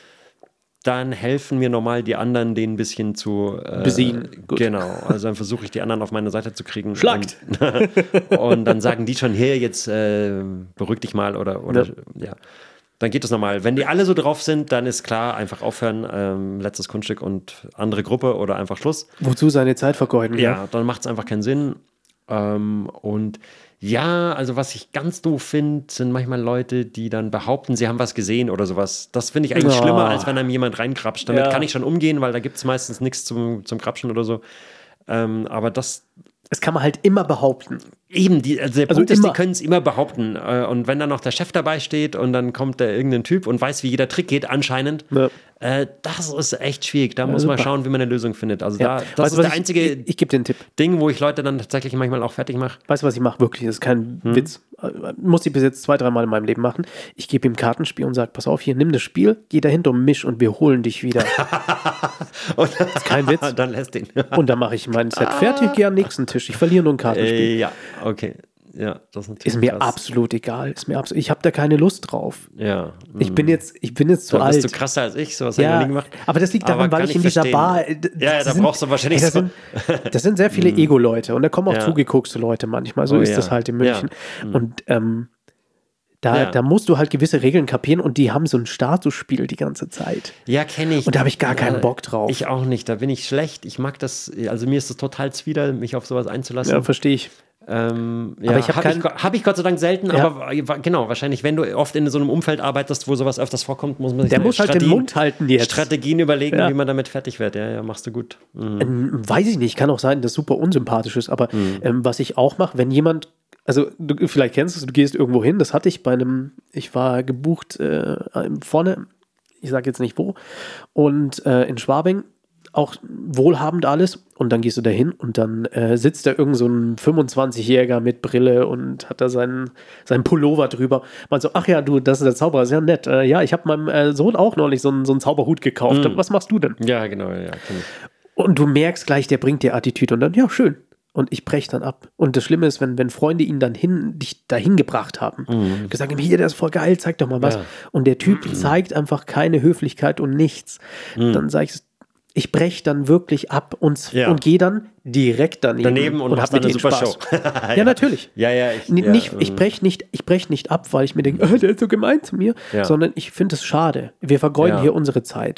dann helfen mir normal die anderen, den ein bisschen zu äh, Besiegen. Gut. Genau, also dann versuche ich die anderen auf meine Seite zu kriegen. Schlagt! Und, und dann sagen die schon, hier, jetzt äh, beruhig dich mal oder, oder Ja. ja. Dann geht es normal. Wenn die alle so drauf sind, dann ist klar, einfach aufhören, ähm, letztes Kunststück und andere Gruppe oder einfach Schluss. Wozu seine Zeit vergeuden? Ja, dann macht es einfach keinen Sinn. Ähm, und ja, also was ich ganz doof finde, sind manchmal Leute, die dann behaupten, sie haben was gesehen oder sowas. Das finde ich eigentlich Oh. schlimmer, als wenn einem jemand reinkrapscht. Damit Ja. kann ich schon umgehen, weil da gibt es meistens nichts zum, zum Krapschen oder so. Ähm, aber das Das kann man halt immer behaupten. eben, die, also der Also Punkt ist, immer. die können es immer behaupten. Äh, Und wenn dann noch der Chef dabei steht und dann kommt da irgendein Typ und weiß, wie jeder Trick geht, anscheinend, Ja. äh, das ist echt schwierig. Da muss man super. schauen, wie man eine Lösung findet. Also Ja. da, das Weißt du, ist was der ich, einzige Ich, ich gebe dir einen Tipp. Ding, wo ich Leute dann tatsächlich manchmal auch fertig mache. Weißt du, was ich mache? Wirklich, das ist kein Hm? Witz. Äh, Muss ich bis jetzt zwei, dreimal in meinem Leben machen. Ich gebe ihm ein Kartenspiel und sage, pass auf, hier, nimm das Spiel, geh dahinter und misch und wir holen dich wieder. Und Das ist kein Witz. dann lässt den. Und dann mache ich mein Set fertig, gehe am nächsten Tisch. Ich verliere nur ein Kartenspiel. äh, ja, okay. Ja, das ist natürlich Ist mir krass. absolut egal. Ist mir absolut, ich habe da keine Lust drauf. Ja. Ich bin jetzt, ich bin jetzt zu Dann bist alt. du krasser als ich, sowas habe ich Ja, noch nie gemacht. aber das liegt daran, Aber weil kann ich in dieser verstehen. Bar. äh, d- Ja, ja, das da sind- brauchst du wahrscheinlich ey, das, so- sind, das sind sehr viele Ego-Leute und da kommen auch Ja. zugeguckste Leute manchmal. So Oh ist ja. das halt in München. Ja. Und ähm, da, Ja. da musst du halt gewisse Regeln kapieren und die haben so ein Statusspiel die ganze Zeit. Ja, kenne ich. Und da habe ich gar keinen Ja, Bock drauf. Ich auch nicht, da bin ich schlecht. Ich mag das, also mir ist es total zuwider, mich auf sowas einzulassen. Ja, verstehe ich. Ähm, Aber ja, ich hab habe ich, kein- hab ich Gott sei Dank selten, Ja. aber wa- genau, wahrscheinlich, wenn du oft in so einem Umfeld arbeitest, wo sowas öfters vorkommt, muss man sich Der muss halt den Strategien- Mund halten jetzt. Strategien überlegen, Ja. wie man damit fertig wird. Ja, ja, machst du gut. Mhm. Ähm, weiß ich nicht, kann auch sein, dass super unsympathisch ist, aber Mhm. ähm, was ich auch mache, wenn jemand, also du vielleicht kennst es, du gehst irgendwo hin, das hatte ich bei einem, ich war gebucht äh, vorne, ich sage jetzt nicht wo, und äh, in Schwabing, auch wohlhabend alles, und dann gehst du da hin und dann äh, sitzt da irgend so ein fünfundzwanzigjähriger mit Brille und hat da seinen, seinen Pullover drüber. Man so, ach ja, du, das ist der Zauberer, ist ja nett. Äh, ja, ich habe meinem äh, Sohn auch neulich so einen, so einen Zauberhut gekauft. Mhm. Was machst du denn? Ja, genau, ja, kenn ich. Und du merkst gleich, der bringt dir Attitüde und dann, ja, schön. Und ich breche dann ab. Und das Schlimme ist, wenn, wenn Freunde ihn dann hin, dich dahin gebracht haben, Mhm. gesagt haben, hier, der ist voll geil, zeig doch mal was. Ja. Und der Typ zeigt einfach keine Höflichkeit und nichts. Mhm. Dann sag ich, ich breche dann wirklich ab und, Ja. und gehe dann direkt daneben, Daneben und, hab hast dann eine denen super Spaß. Show. Ja, natürlich. Ja, ja, ich, N- ja, nicht, ich ähm, breche nicht, ich brech nicht ab, weil ich mir denke, oh, der ist so gemein zu mir, Ja. sondern ich finde es schade. Wir vergeuden Ja. hier unsere Zeit.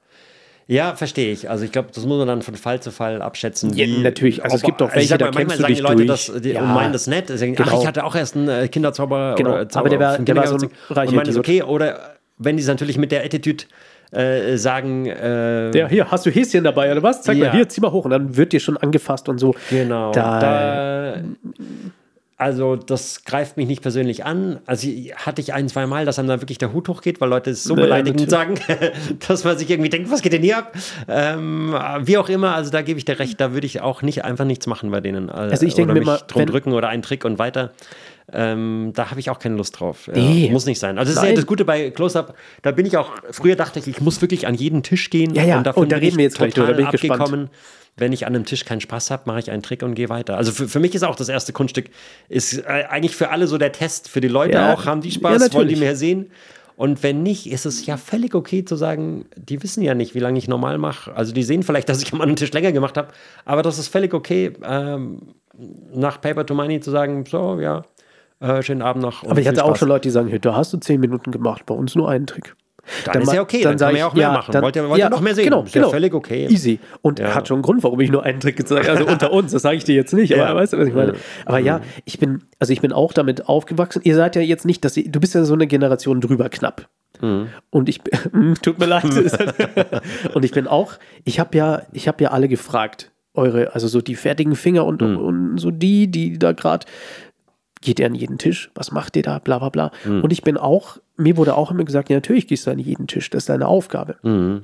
Ja, verstehe ich. Also ich glaube, das muss man dann von Fall zu Fall abschätzen. Ja, wie, natürlich. Also es gibt auch ich welche, sag da mal, manchmal kämpfst du sagen die dich Leute durch. das die, Ja. und meinen das nett. Sie sagen, Genau. ach, ich hatte auch erst einen äh, Kinderzauber Genau. oder Zauber Aber der war- vom der war so ein Kindergarten reicher und meinen das Idiot. okay. Oder wenn die es natürlich mit der Attitude äh, sagen... Äh, ja, hier, hast du Häschen dabei oder was? Zeig ja. mal, hier, zieh mal hoch. Und dann wird dir schon angefasst und so. Genau. Da, da, also das greift mich nicht persönlich an. Also hatte ich ein, zwei Mal, dass einem da wirklich der Hut hochgeht, weil Leute es so naja, beleidigend sagen, dass man sich irgendwie denkt, was geht denn hier ab? Ähm, wie auch immer, also da gebe ich dir recht, da würde ich auch nicht einfach nichts machen bei denen. Also ich denke oder mir mich mal, drum wenn, drücken oder einen Trick und weiter. Ähm, da habe ich auch keine Lust drauf. Nee. Ja, muss nicht sein. Also das ist ja das Gute bei Close-Up, da bin ich auch, früher dachte ich, ich muss wirklich an jeden Tisch gehen. Ja, ja, und, und da reden wir jetzt gleich drüber, da bin ich abgekommen. gespannt. Wenn ich an einem Tisch keinen Spaß habe, mache ich einen Trick und gehe weiter. Also für, für mich ist auch das erste Kunststück, ist äh, eigentlich für alle so der Test. Für die Leute ja. auch, haben die Spaß, ja, wollen die mehr sehen. Und wenn nicht, ist es ja völlig okay zu sagen, die wissen ja nicht, wie lange ich normal mache. Also die sehen vielleicht, dass ich am anderen Tisch länger gemacht habe, aber das ist völlig okay, ähm, nach Paper to Money zu sagen, so, ja, äh, schönen Abend noch. Aber ich hatte auch schon Leute, die sagen, hey, da hast du zehn Minuten gemacht, bei uns nur einen Trick. Dann, dann ist ja okay, dann, dann kann man ja auch mehr ja, machen. Dann, wollt ihr, wollt ja, ihr noch mehr sehen? Genau, ist genau. Ja völlig okay. Easy. Und ja. hat schon einen Grund, warum ich nur einen Trick gezeigt habe. Also unter uns, das sage ich dir jetzt nicht, aber ja. weißt du, was ich meine? Aber mhm. ja, ich bin, also ich bin auch damit aufgewachsen. Ihr seid ja jetzt nicht, dass ihr, du bist ja so eine Generation drüber knapp. Mhm. Und ich, tut mir leid. Und ich bin auch, ich habe ja, ich habe ja alle gefragt, eure, also so die fertigen Finger und, mhm. und so die, die da gerade, geht ihr an jeden Tisch? Was macht ihr da? Bla bla bla. Mhm. Und ich bin auch, mir wurde auch immer gesagt, ja, natürlich gehst du an jeden Tisch, das ist deine Aufgabe. Mhm.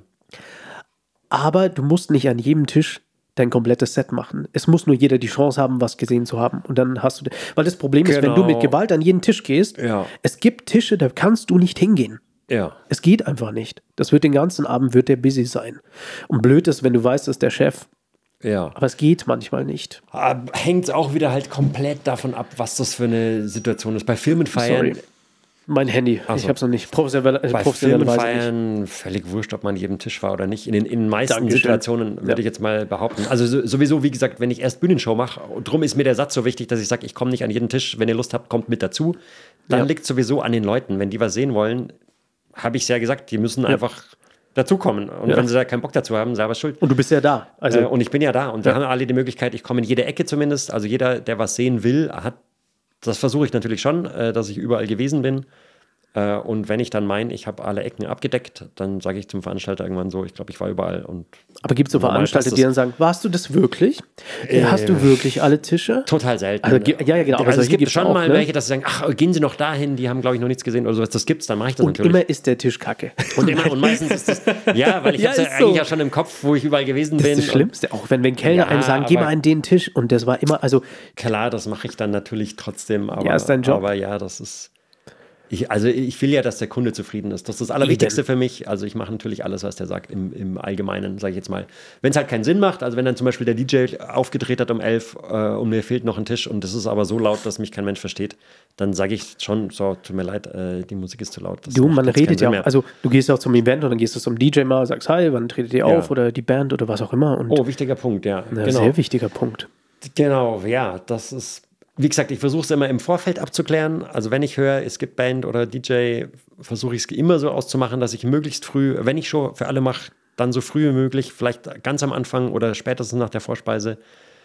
Aber du musst nicht an jedem Tisch dein komplettes Set machen. Es muss nur jeder die Chance haben, was gesehen zu haben. Und dann hast du, weil das Problem ist, genau. wenn du mit Gewalt an jeden Tisch gehst, ja. es gibt Tische, da kannst du nicht hingehen. Ja. Es geht einfach nicht. Das wird den ganzen Abend, wird der busy sein. Und blöd ist, wenn du weißt, dass der Chef. Ja. Aber es geht manchmal nicht. Hängt auch wieder halt komplett davon ab, was das für eine Situation ist. Bei Firmenfeiern. Sorry. Mein Handy, also, ich habe es noch nicht. Professionell, bei Firmenfeiern völlig wurscht, ob man an jedem Tisch war oder nicht. In den, in den meisten Dankeschön. Situationen würde ja. ich jetzt mal behaupten. Also so, sowieso, wie gesagt, wenn ich erst Bühnenshow mache, drum ist mir der Satz so wichtig, dass ich sage, ich komme nicht an jeden Tisch. Wenn ihr Lust habt, kommt mit dazu. Dann ja. liegt es sowieso an den Leuten. Wenn die was sehen wollen, habe ich es ja gesagt, die müssen ja. einfach dazukommen. Und ja. wenn sie da keinen Bock dazu haben, selber schuld. Und du bist ja da. Also äh, und ich bin ja da. Und ja. da haben alle die Möglichkeit, ich komme in jede Ecke zumindest. Also jeder, der was sehen will, hat, das versuche ich natürlich schon, äh, dass ich überall gewesen bin. Äh, und wenn ich dann meine, ich habe alle Ecken abgedeckt, dann sage ich zum Veranstalter irgendwann so, ich glaube, ich war überall. Und aber gibt es so Veranstalter, die dann sagen, warst du das wirklich? Äh, Hast du wirklich alle Tische? Total selten. Also, ja, ja, genau. Aber also es gibt schon auch, mal ne? welche, dass sie sagen, ach, gehen Sie noch dahin, die haben, glaube ich, noch nichts gesehen oder sowas. Das gibt's, dann mache ich das und natürlich. Und immer ist der Tisch kacke. Und immer und meistens ist das, ja, weil ich ja, habe es ja so. eigentlich ja schon im Kopf, wo ich überall gewesen das bin. Das ist das Schlimmste, auch wenn, wenn Kellner ja, einem sagen, geh mal an den Tisch und das war immer, also. Klar, das mache ich dann natürlich trotzdem, aber ja, ist dein Job. Aber ja, das ist. Ich, also ich will ja, dass der Kunde zufrieden ist. Das ist das Allerwichtigste Eben. für mich. Also ich mache natürlich alles, was der sagt, im, im Allgemeinen, sage ich jetzt mal. Wenn es halt keinen Sinn macht, also wenn dann zum Beispiel der D J aufgedreht hat um elf äh, und mir fehlt noch ein Tisch und das ist aber so laut, dass mich kein Mensch versteht, dann sage ich schon, so, tut mir leid, äh, die Musik ist zu laut. Das du, man redet ja auch, also du gehst ja auch zum Event und dann gehst du zum D J mal, sagst, hi, wann tretet ihr ja. auf oder die Band oder was auch immer. Und oh, wichtiger Punkt, ja. Na, genau. Sehr wichtiger Punkt. Genau, ja, das ist... Wie gesagt, ich versuche es immer im Vorfeld abzuklären. Also wenn ich höre, es gibt Band oder D J, versuche ich es immer so auszumachen, dass ich möglichst früh, wenn ich Show für alle mache, dann so früh wie möglich, vielleicht ganz am Anfang oder spätestens nach der Vorspeise.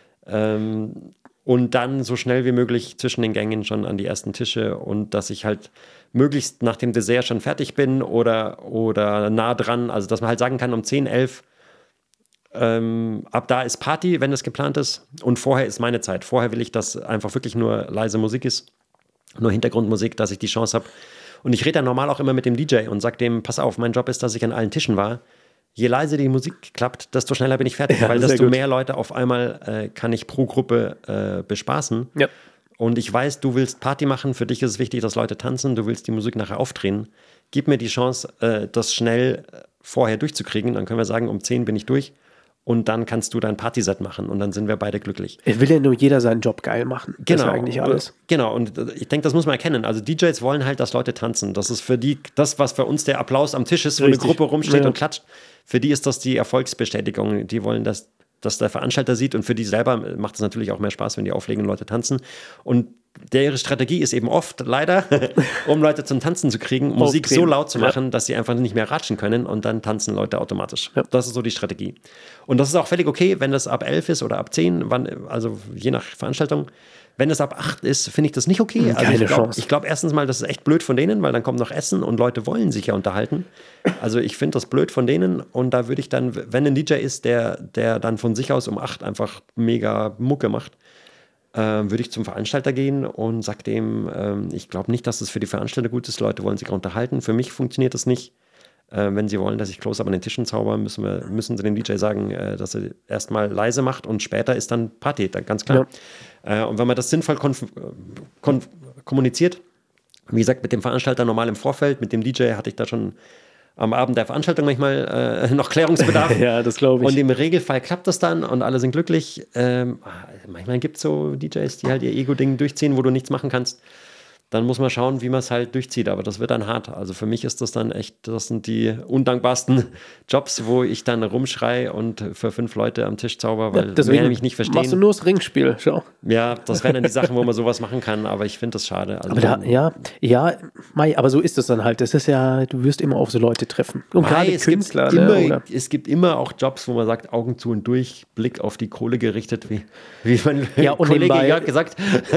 Ähm, und dann so schnell wie möglich zwischen den Gängen schon an die ersten Tische und dass ich halt möglichst nach dem Dessert schon fertig bin oder, oder nah dran. Also dass man halt sagen kann, um zehn, elf Ähm, ab da ist Party, wenn es geplant ist und vorher ist meine Zeit. Vorher will ich, dass einfach wirklich nur leise Musik ist, nur Hintergrundmusik, dass ich die Chance habe. Und ich rede dann normal auch immer mit dem D J und sage dem, pass auf, mein Job ist, dass ich an allen Tischen war. Je leiser die Musik klappt, desto schneller bin ich fertig, ja, weil desto gut. mehr Leute auf einmal äh, kann ich pro Gruppe äh, bespaßen. Ja. Und ich weiß, du willst Party machen, für dich ist es wichtig, dass Leute tanzen, du willst die Musik nachher aufdrehen. Gib mir die Chance, äh, das schnell vorher durchzukriegen, dann können wir sagen, um zehn bin ich durch. Und dann kannst du dein Partyset machen und dann sind wir beide glücklich. Es will ja nur jeder seinen Job geil machen. Genau. Das ist ja eigentlich alles. Genau, und ich denke, das muss man erkennen. Also D Js wollen halt, dass Leute tanzen. Das ist für die, das, was für uns der Applaus am Tisch ist, wo Richtig. eine Gruppe rumsteht ja. und klatscht. Für die ist das die Erfolgsbestätigung. Die wollen, dass, dass der Veranstalter sieht und für die selber macht es natürlich auch mehr Spaß, wenn die auflegen und Leute tanzen. Und ihre Strategie ist eben oft, leider, um Leute zum Tanzen zu kriegen, Musik so laut zu machen, ja. dass sie einfach nicht mehr ratschen können und dann tanzen Leute automatisch. Ja. Das ist so die Strategie. Und das ist auch völlig okay, wenn das ab elf ist oder ab zehn, wann, also je nach Veranstaltung. Wenn es ab acht ist, finde ich das nicht okay. Also Keine ich glaube Chance. glaub erstens mal, das ist echt blöd von denen, weil dann kommt noch Essen und Leute wollen sich ja unterhalten. Also ich finde das blöd von denen und da würde ich dann, wenn ein D J ist, der, der dann von sich aus um acht einfach mega Mucke macht, äh, würde ich zum Veranstalter gehen und sage dem, ähm, ich glaube nicht, dass das für die Veranstalter gut ist, Leute wollen sich unterhalten. Für mich funktioniert das nicht. Äh, wenn sie wollen, dass ich Close-Up an den Tischen zauber, müssen, wir, müssen sie dem D J sagen, äh, dass er erstmal leise macht und später ist dann Party, dann ganz klar. Ja. Äh, und wenn man das sinnvoll konf- konf- kommuniziert, wie gesagt, mit dem Veranstalter normal im Vorfeld, mit dem D J hatte ich da schon am Abend der Veranstaltung manchmal äh, noch Klärungsbedarf. Ja, das glaube ich. Und im Regelfall klappt das dann und alle sind glücklich. Ähm, manchmal gibt es so D Js, die halt ihr Ego-Ding durchziehen, wo du nichts machen kannst. Dann muss man schauen, wie man es halt durchzieht. Aber das wird dann hart. Also für mich ist das dann echt, das sind die undankbarsten Jobs, wo ich dann rumschrei und für fünf Leute am Tisch zauber, weil ja, mehr nämlich nicht verstehen. Machst du nur das Ringspiel, schau. Ja, das wären dann die Sachen, wo man sowas machen kann, aber ich finde das schade. Also aber da, ja, ja, Mai, aber so ist es dann halt. Das ist ja, du wirst immer auf so Leute treffen. Und Mai, gerade es Künstler. Gibt immer, ne, es gibt immer auch Jobs, wo man sagt, Augen zu und durch, Blick auf die Kohle gerichtet, wie, wie mein ja, und Kollege nebenbei, Jörg gesagt.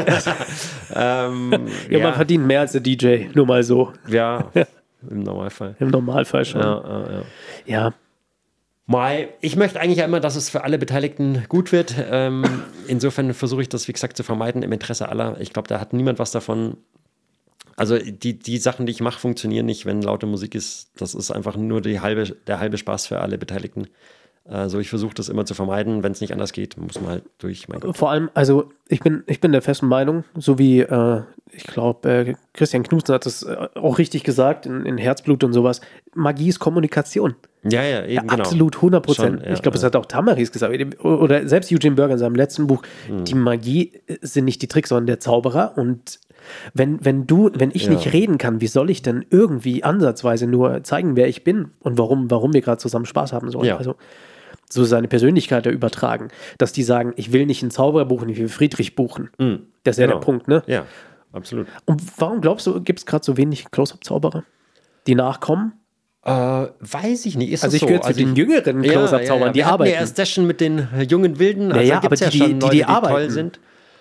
ähm, ja, ja, man verdient mehr als der D J, nur mal so. Ja, im Normalfall. Im Normalfall schon. Ja, ja, ja. Ja. Mai, ich möchte eigentlich ja immer, dass es für alle Beteiligten gut wird. Ähm, insofern versuche ich das, wie gesagt, zu vermeiden im Interesse aller. Ich glaube, da hat niemand was davon. Also die, die Sachen, die ich mache, funktionieren nicht, wenn laute Musik ist. Das ist einfach nur die halbe, der halbe Spaß für alle Beteiligten. Also ich versuche das immer zu vermeiden. Wenn es nicht anders geht, muss man halt durch. Mein Gott. Vor allem, also ich bin, ich bin der festen Meinung, so wie äh, ich glaube, äh, Christian Knudsen hat das äh, auch richtig gesagt in, in Herzblut und sowas. Magie ist Kommunikation. Ja, ja, eben, ja, genau. Absolut, hundert Prozent. Ja, ich glaube, ja. das hat auch Tamaris gesagt. Oder selbst Eugene Burger in seinem letzten Buch. Mhm. Die Magie sind nicht die Tricks, sondern der Zauberer. Und wenn, wenn du, wenn ich Ja. nicht reden kann, wie soll ich denn irgendwie ansatzweise nur zeigen, wer ich bin und warum, warum wir gerade zusammen Spaß haben sollen? Ja. Also so seine Persönlichkeit da übertragen. Dass die sagen, ich will nicht einen Zauberer buchen, ich will Friedrich buchen. Mhm. Das ist ja Genau. der Punkt, ne? Ja, absolut. Und warum glaubst du, gibt es gerade so wenig Close-Up-Zauberer, die nachkommen? Äh, weiß ich nicht. Ist Also das ich so? gehöre zu Also den ich- jüngeren Ja, Close-Up-Zaubern, ja, ja. die Wir hatten arbeiten. ja erst Session mit den äh, jungen Wilden. Also Ja, da ja, gibt's aber ja die, schon die- die Leute, die, arbeiten. toll sind.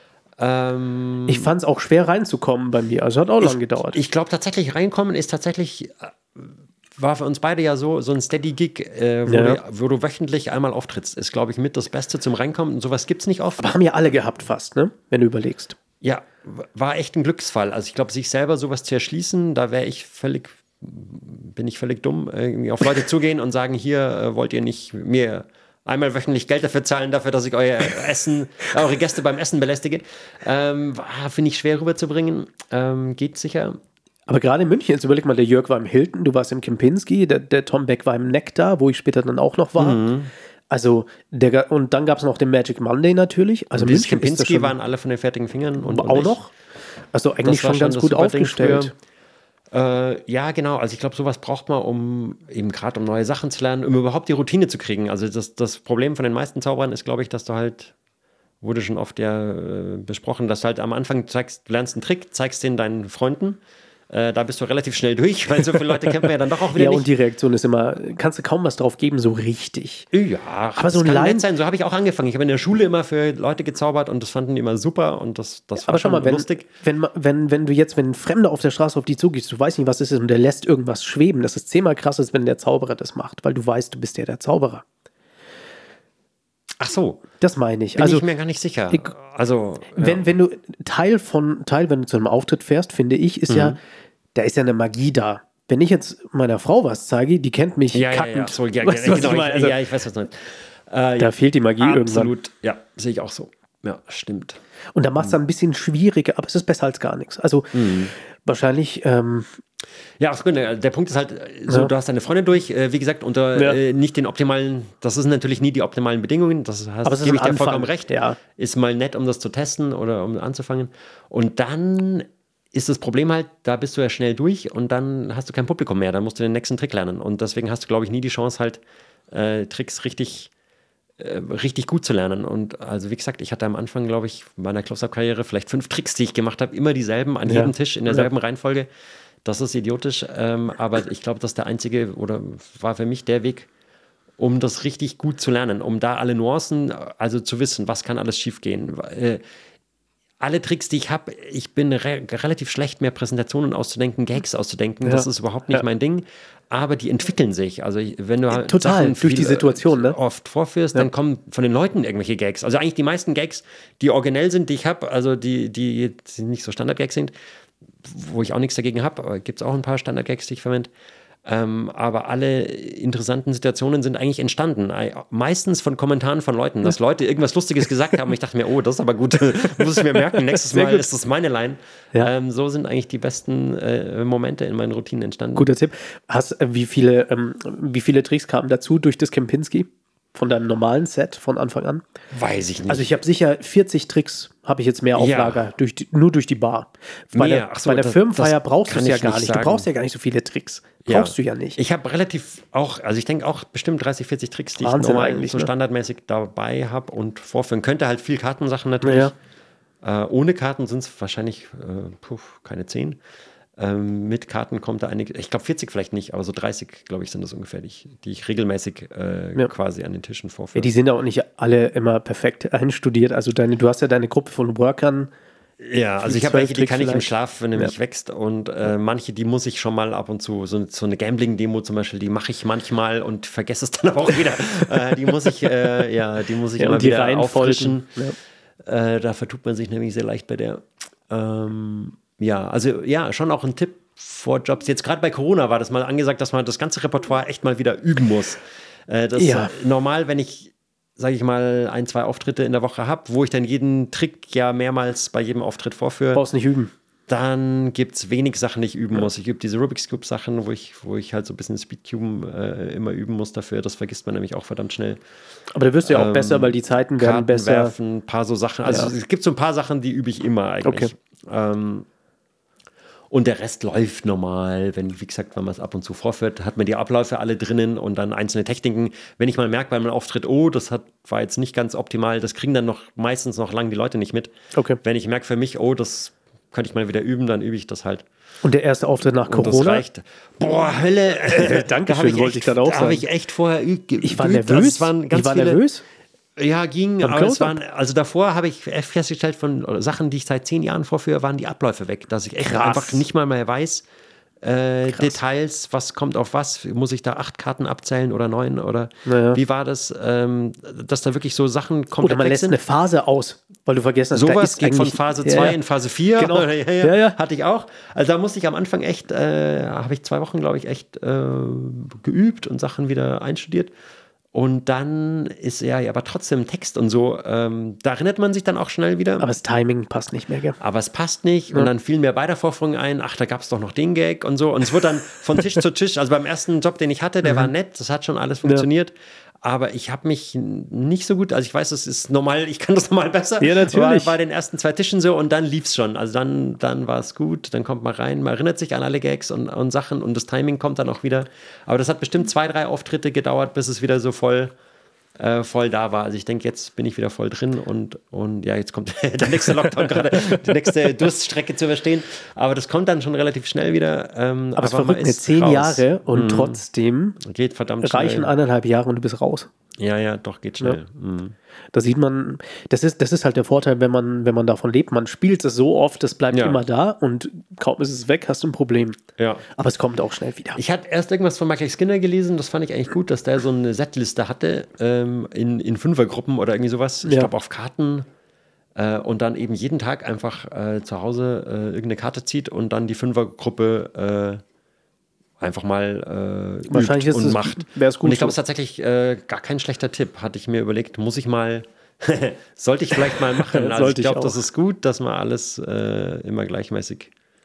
Ähm, Ich fand es auch schwer reinzukommen bei mir. Also hat auch lange gedauert. Ich glaube tatsächlich reinkommen ist tatsächlich, äh, war für uns beide ja so, so ein Steady-Gig, äh, wo, Ja. du, wo du wöchentlich einmal auftrittst. Ist, glaube ich, mit das Beste zum Reinkommen. Und sowas gibt es nicht oft. Aber haben ja alle gehabt fast, ne? Wenn du überlegst. Ja, w- war echt ein Glücksfall. Also ich glaube, sich selber sowas zu erschließen, da wäre ich völlig, bin ich völlig dumm, irgendwie auf Leute zugehen und sagen, hier äh, wollt ihr nicht mir einmal wöchentlich Geld dafür zahlen, dafür, dass ich euer Essen, eure Gäste beim Essen belästige. Ähm, war, finde ich schwer rüberzubringen. Ähm, geht sicher. Aber gerade in München, jetzt überleg mal, der Jörg war im Hilton, du warst im Kempinski, der, der Tom Beck war im Nektar, wo ich später dann auch noch war. Mhm. Also, der, und dann gab es noch den Magic Monday natürlich. Also Und dieses München ist da Kempinski schon waren alle von den fertigen Fingern. Und, und auch ich. noch. Also eigentlich Das war schon ganz das gut super Ding aufgestellt. früher. Äh, ja, genau. Also ich glaube, sowas braucht man, um eben gerade um neue Sachen zu lernen, um überhaupt die Routine zu kriegen. Also das, das Problem von den meisten Zauberern ist, glaube ich, dass du halt, wurde schon oft ja äh, besprochen, dass du halt am Anfang zeigst, du lernst einen Trick, zeigst den deinen Freunden. Äh, da bist du relativ schnell durch, weil so viele Leute kennt man ja dann doch auch wieder Ja, nicht. und die Reaktion ist immer, kannst du kaum was drauf geben, so richtig. Ja, Aber so das ein kann Line- nett sein. So habe ich auch angefangen. Ich habe in der Schule immer für Leute gezaubert und das fanden die immer super und das, das war Aber schau schon mal, wenn, lustig. wenn, ma- wenn, wenn du jetzt, wenn ein Fremder auf der Straße auf die zugehst, du weißt nicht, was es ist und der lässt irgendwas schweben, das ist zehnmal krasser, als wenn der Zauberer das macht, weil du weißt, du bist ja der Zauberer. Ach so, Das meine ich. bin Also, ich mir gar nicht sicher. ich- also, ja. wenn, wenn du Teil von, Teil, wenn du zu einem Auftritt fährst, finde ich, ist Mhm. ja, da ist ja eine Magie da. Wenn ich jetzt meiner Frau was zeige, die kennt mich ja, ja, kackend. ja, so, ja, weißt ja, du, was genau, ich meine? Also, ja, ich weiß, was du meinst. Äh, da ja, fehlt die Magie irgendwann. absolut, ja, sehe ich auch so. Ja, stimmt. Und da macht es dann ein bisschen schwieriger, aber es ist besser als gar nichts. Also Mhm. wahrscheinlich, ähm, Ja, aus Gründen. Der Punkt ist halt, so, Ja. du hast deine Freundin durch, äh, wie gesagt, unter Ja. äh, nicht den optimalen, das ist natürlich nie die optimalen Bedingungen, das heißt, Aber es ist gebe ich ein dir Anfang, vollkommen recht. ja. Ist mal nett, um das zu testen oder um anzufangen. Und dann ist das Problem halt, da bist du ja schnell durch und dann hast du kein Publikum mehr, dann musst du den nächsten Trick lernen. Und deswegen hast du, glaube ich, nie die Chance halt, äh, Tricks richtig äh, richtig gut zu lernen. Und also wie gesagt, ich hatte am Anfang, glaube ich, meiner Close-Up-Karriere vielleicht fünf Tricks, die ich gemacht habe, immer dieselben, an Ja. jedem Tisch, in derselben Ja. Reihenfolge. Das ist idiotisch, ähm, aber ich glaube, das ist der einzige oder war für mich der Weg, um das richtig gut zu lernen, um da alle Nuancen, also zu wissen, was kann alles schief gehen. Äh, alle Tricks, die ich habe, ich bin re- relativ schlecht, mehr Präsentationen auszudenken, Gags auszudenken. Ja. Das ist überhaupt nicht ja. mein Ding. Aber die entwickeln sich. Also wenn du halt Total, Sachen durch die Situation, ne? oft vorführst, ja. dann kommen von den Leuten irgendwelche Gags. Also eigentlich die meisten Gags, die originell sind, die ich habe, also die, die, die nicht so Standard-Gags sind, wo ich auch nichts dagegen habe, aber gibt es auch ein paar Standard-Gags, die ich verwende. Ähm, aber alle interessanten Situationen sind eigentlich entstanden. Meistens von Kommentaren von Leuten, dass Leute irgendwas Lustiges gesagt haben. Ich dachte mir, oh, das ist aber gut, muss ich mir merken. Nächstes Mal ist das meine Line. Ja. Ähm, so sind eigentlich die besten äh, Momente in meinen Routinen entstanden. Guter Tipp. Hast, äh, wie, viele, ähm, wie viele Tricks kamen dazu durch das Kempinski? Von deinem normalen Set von Anfang an? Weiß ich nicht. Also ich habe sicher vierzig Tricks, habe ich jetzt mehr auf ja. Lager, durch die, nur durch die Bar. Bei mehr. der, so, bei der das, Firmenfeier das brauchst du es ja gar nicht. Sagen. Du brauchst ja gar nicht so viele Tricks. Brauchst ja. du ja nicht. Ich habe relativ auch, also ich denke auch bestimmt dreißig, vierzig Tricks, die Wahnsinn ich normal eigentlich, so ne? standardmäßig dabei habe und vorführen könnte. Halt viel Kartensachen natürlich. Ja. Äh, ohne Karten sind es wahrscheinlich äh, puh, keine zehn. Ähm, mit Karten kommt da einige, ich glaube vierzig vielleicht nicht, aber so dreißig, glaube ich, sind das ungefähr, die ich, die ich regelmäßig äh, ja. quasi an den Tischen vorführe. Ja, die sind auch nicht alle immer perfekt einstudiert. Also deine, du hast ja deine Gruppe von Workern. Ja, also ich habe welche, die kann ich im Schlaf, wenn er ja. mich wächst, und äh, manche, die muss ich schon mal ab und zu, so, so eine Gambling-Demo zum Beispiel, die mache ich manchmal und vergesse es dann aber auch wieder. äh, die muss ich, äh, ja, die muss ich ja, immer die wieder auffrischen. Ja. Äh, da vertut man sich nämlich sehr leicht bei der. Ähm, Ja, also ja, schon auch ein Tipp vor Jobs. Jetzt gerade bei Corona war das mal angesagt, dass man das ganze Repertoire echt mal wieder üben muss. Äh, das ja. normal, wenn ich, sage ich mal, ein, zwei Auftritte in der Woche habe, wo ich dann jeden Trick ja mehrmals bei jedem Auftritt vorführe. Brauchst nicht üben. Dann gibt es wenig Sachen, die ich üben muss. Ich übe diese Rubik's Cube Sachen, wo ich, wo ich halt so ein bisschen Speedcuben äh, immer üben muss dafür. Das vergisst man nämlich auch verdammt schnell. Aber da wirst du ja auch ähm, besser, weil die Zeiten werden Karten besser. werfen, ein paar so Sachen. Also ja. es gibt so ein paar Sachen, die übe ich immer eigentlich. Okay. Ähm, Und der Rest läuft normal. Wenn, wie gesagt, wenn man es ab und zu vorführt, hat man die Abläufe alle drinnen und dann einzelne Techniken. Wenn ich mal merke bei meinem Auftritt, oh, das hat, war jetzt nicht ganz optimal, das kriegen dann noch meistens noch lange die Leute nicht mit. Okay. Wenn ich merke für mich, oh, das könnte ich mal wieder üben, dann übe ich das halt. Und der erste Auftritt nach Corona? Und das reicht. Boah, Hölle. Äh, Dankeschön, wollte ich gerade auch sagen. Da habe ich echt vorher geübt. Ich war nervös. Waren ganz ich war viele, nervös. Ja, ging, aber es waren, also davor habe ich festgestellt, von Sachen, die ich seit zehn Jahren vorführe, waren die Abläufe weg, dass ich echt Krass. einfach nicht mal mehr weiß, äh, Details, was kommt auf was, muss ich da acht Karten abzählen oder neun oder naja. wie war das, ähm, dass da wirklich so Sachen komplett Oder man weg lässt sind. eine Phase aus, weil du vergessen hast, sowas da ist geht von eigentlich Phase zwei ja, in Phase vier, genau. ja, ja, Ja, ja. hatte ich auch. Also da musste ich am Anfang echt, äh, habe ich zwei Wochen, glaube ich, echt äh, geübt und Sachen wieder einstudiert. Und dann ist ja, ja aber trotzdem Text und so, ähm, da erinnert man sich dann auch schnell wieder. Aber das Timing passt nicht mehr, gell? Aber es passt nicht. Ja. Und dann fielen mir bei der Vorführung ein, ach, da gab es doch noch den Gag und so. Und es wird dann von Tisch zu Tisch, also beim ersten Job, den ich hatte, der mhm. war nett, das hat schon alles funktioniert. Ja. Aber ich habe mich nicht so gut, also ich weiß, es ist normal, ich kann das normal besser. Ja, natürlich. War bei den ersten zwei Tischen so und dann lief es schon. Also dann, dann war es gut, dann kommt man rein, man erinnert sich an alle Gags und, und Sachen und das Timing kommt dann auch wieder. Aber das hat bestimmt zwei, drei Auftritte gedauert, bis es wieder so voll, äh, voll da war. Also ich denke, jetzt bin ich wieder voll drin und, und ja, jetzt kommt der nächste Lockdown gerade, die nächste Durststrecke zu überstehen. Aber das kommt dann schon relativ schnell wieder. Ähm, aber es verrückt, eine zehn raus. Jahre und mm. trotzdem geht verdammt reichen schnell. eineinhalb Jahre und du bist raus. Ja, ja, doch, geht schnell. Ja. Mm. Da sieht man, das ist, das ist halt der Vorteil, wenn man, wenn man davon lebt. Man spielt es so oft, das bleibt ja. immer da und kaum ist es weg, hast du ein Problem. Ja. Aber es kommt auch schnell wieder. Ich hatte erst irgendwas von Michael Skinner gelesen, das fand ich eigentlich gut, dass der so eine Setliste hatte ähm, in, in Fünfergruppen oder irgendwie sowas. Ich ja. glaube auf Karten äh, und dann eben jeden Tag einfach äh, zu Hause äh, irgendeine Karte zieht und dann die Fünfergruppe äh, einfach mal äh, Wahrscheinlich übt ist und es, macht. Wär's gut und ich glaube, es so. ist tatsächlich äh, gar kein schlechter Tipp. Hatte ich mir überlegt, muss ich mal, sollte ich vielleicht mal machen. Also ich glaube, das ist gut, dass man alles äh, immer gleichmäßig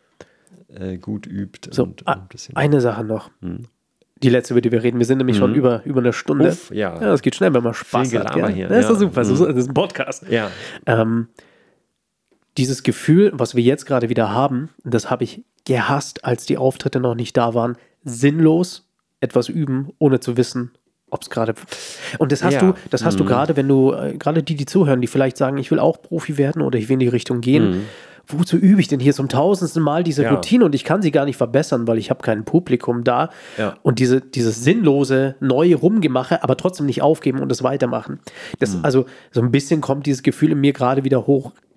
äh, gut übt. So, und, a- und eine Sache noch. Hm. Die letzte, über die wir reden. Wir sind nämlich Mhm. schon über, über eine Stunde. Uff, ja. Ja, das geht schnell, wenn man Spaß Viel hat. Gelaber Ja. hier. Das ist Ja. doch super. Mhm. Das ist ein Podcast. Ja. Ähm, dieses Gefühl, was wir jetzt gerade wieder haben, das habe ich gehasst, als die Auftritte noch nicht da waren. Sinnlos etwas üben, ohne zu wissen, ob es gerade... Und das hast Ja. du, das hast Mhm. du gerade, wenn du, äh, gerade die, die zuhören, die vielleicht sagen, ich will auch Profi werden oder ich will in die Richtung gehen. Mhm. Wozu übe ich denn hier zum tausendsten Mal diese Ja. Routine und ich kann sie gar nicht verbessern, weil ich habe kein Publikum da. Ja. Und diese, dieses sinnlose, neue Rumgemache, aber trotzdem nicht aufgeben und es weitermachen. Das, Mhm. Also so ein bisschen kommt dieses Gefühl in mir gerade wieder hoch.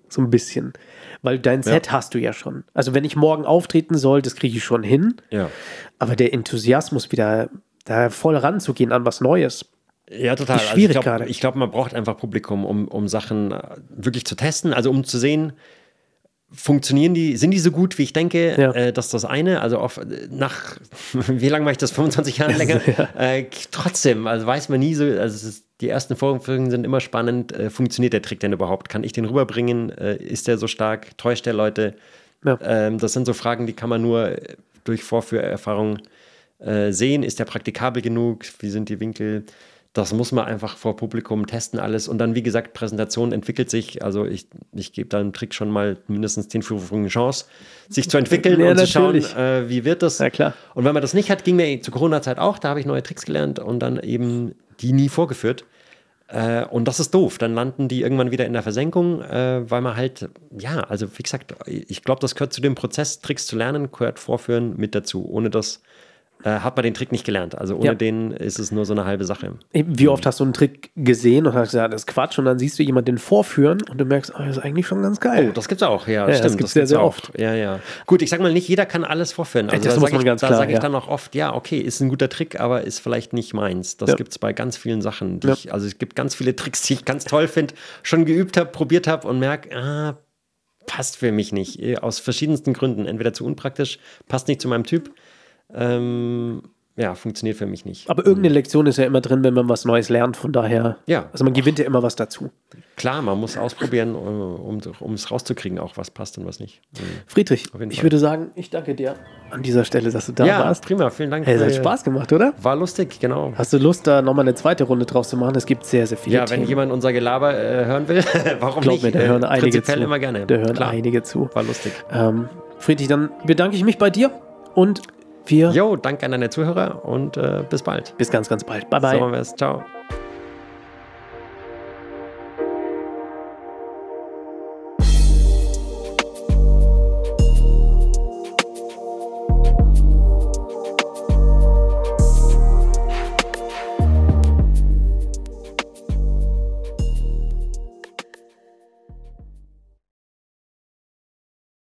so ein bisschen. Weil dein Set ja. hast du ja schon. Also wenn ich morgen auftreten soll, das kriege ich schon hin. Ja. Aber der Enthusiasmus wieder da voll ranzugehen an was Neues. Ja, total. Ist schwierig also ich gerade. glaube, glaub, man braucht einfach Publikum, um, um Sachen wirklich zu testen. Also um zu sehen, funktionieren die, sind die so gut, wie ich denke, ja. äh, das ist das eine. Also auf, nach, wie lange mache ich das? fünfundzwanzig Jahre länger? ja. äh, trotzdem, also weiß man nie so, also es ist, die ersten Vorführungen sind immer spannend. Äh, funktioniert der Trick denn überhaupt? Kann ich den rüberbringen? Äh, ist der so stark? Täuscht der Leute? Ja. Ähm, das sind so Fragen, die kann man nur durch Vorführerfahrung äh, sehen. Ist der praktikabel genug? Wie sind die Winkel? Das muss man einfach vor Publikum testen alles. Und dann, wie gesagt, Präsentation entwickelt sich. Also ich, ich gebe da einen Trick schon mal mindestens zehn Vorführungen Chance, sich zu entwickeln ja, und natürlich. zu schauen, äh, wie wird das. Ja, klar. Und wenn man das nicht hat, ging mir zur Corona-Zeit auch. Da habe ich neue Tricks gelernt und dann eben die nie vorgeführt. Äh, und das ist doof. Dann landen die irgendwann wieder in der Versenkung, äh, weil man halt, ja, also wie gesagt, ich glaube, das gehört zu dem Prozess, Tricks zu lernen, gehört Vorführen mit dazu. Ohne das Äh, hat man den Trick nicht gelernt. Also ohne ja. den ist es nur so eine halbe Sache. Wie oft hast du einen Trick gesehen und hast gesagt, das ist Quatsch, und dann siehst du jemanden vorführen und du merkst, oh, das ist eigentlich schon ganz geil. Oh, das gibt's auch, ja, ja stimmt. Das gibt's sehr, sehr auch. oft. Ja, ja. Gut, ich sag mal, nicht jeder kann alles vorführen. Also das da muss man ich, ganz da klar, sage ich ja. dann auch oft, ja, okay, ist ein guter Trick, aber ist vielleicht nicht meins. Das ja. gibt's bei ganz vielen Sachen. Die ja. ich, also es gibt ganz viele Tricks, die ich ganz toll finde, schon geübt habe, probiert habe und merke, ah, passt für mich nicht. Aus verschiedensten Gründen. Entweder zu unpraktisch, passt nicht zu meinem Typ. Ähm, Ja, funktioniert für mich nicht. Aber irgendeine Lektion ist ja immer drin, wenn man was Neues lernt, von daher, ja. also man gewinnt ja immer was dazu. Klar, man muss ausprobieren, um, um es rauszukriegen, auch was passt und was nicht. Friedrich, ich Fall. würde sagen, ich danke dir an dieser Stelle, dass du da ja, warst. Ja, prima, vielen Dank. Hey, es hat Spaß gemacht, oder? War lustig, genau. Hast du Lust, da nochmal eine zweite Runde draus zu machen? Es gibt sehr, sehr viele Ja, Themen. wenn jemand unser Gelaber äh, hören will, warum Glaub nicht? Mir, da hören äh, einige prinzipiell zu. immer gerne. Da hören Klar. einige zu. War lustig. Ähm, Friedrich, dann bedanke ich mich bei dir und wir... Jo, danke an deine Zuhörer und äh, bis bald. Bis ganz, ganz bald. Bye, bye. So machen wir es. Ciao.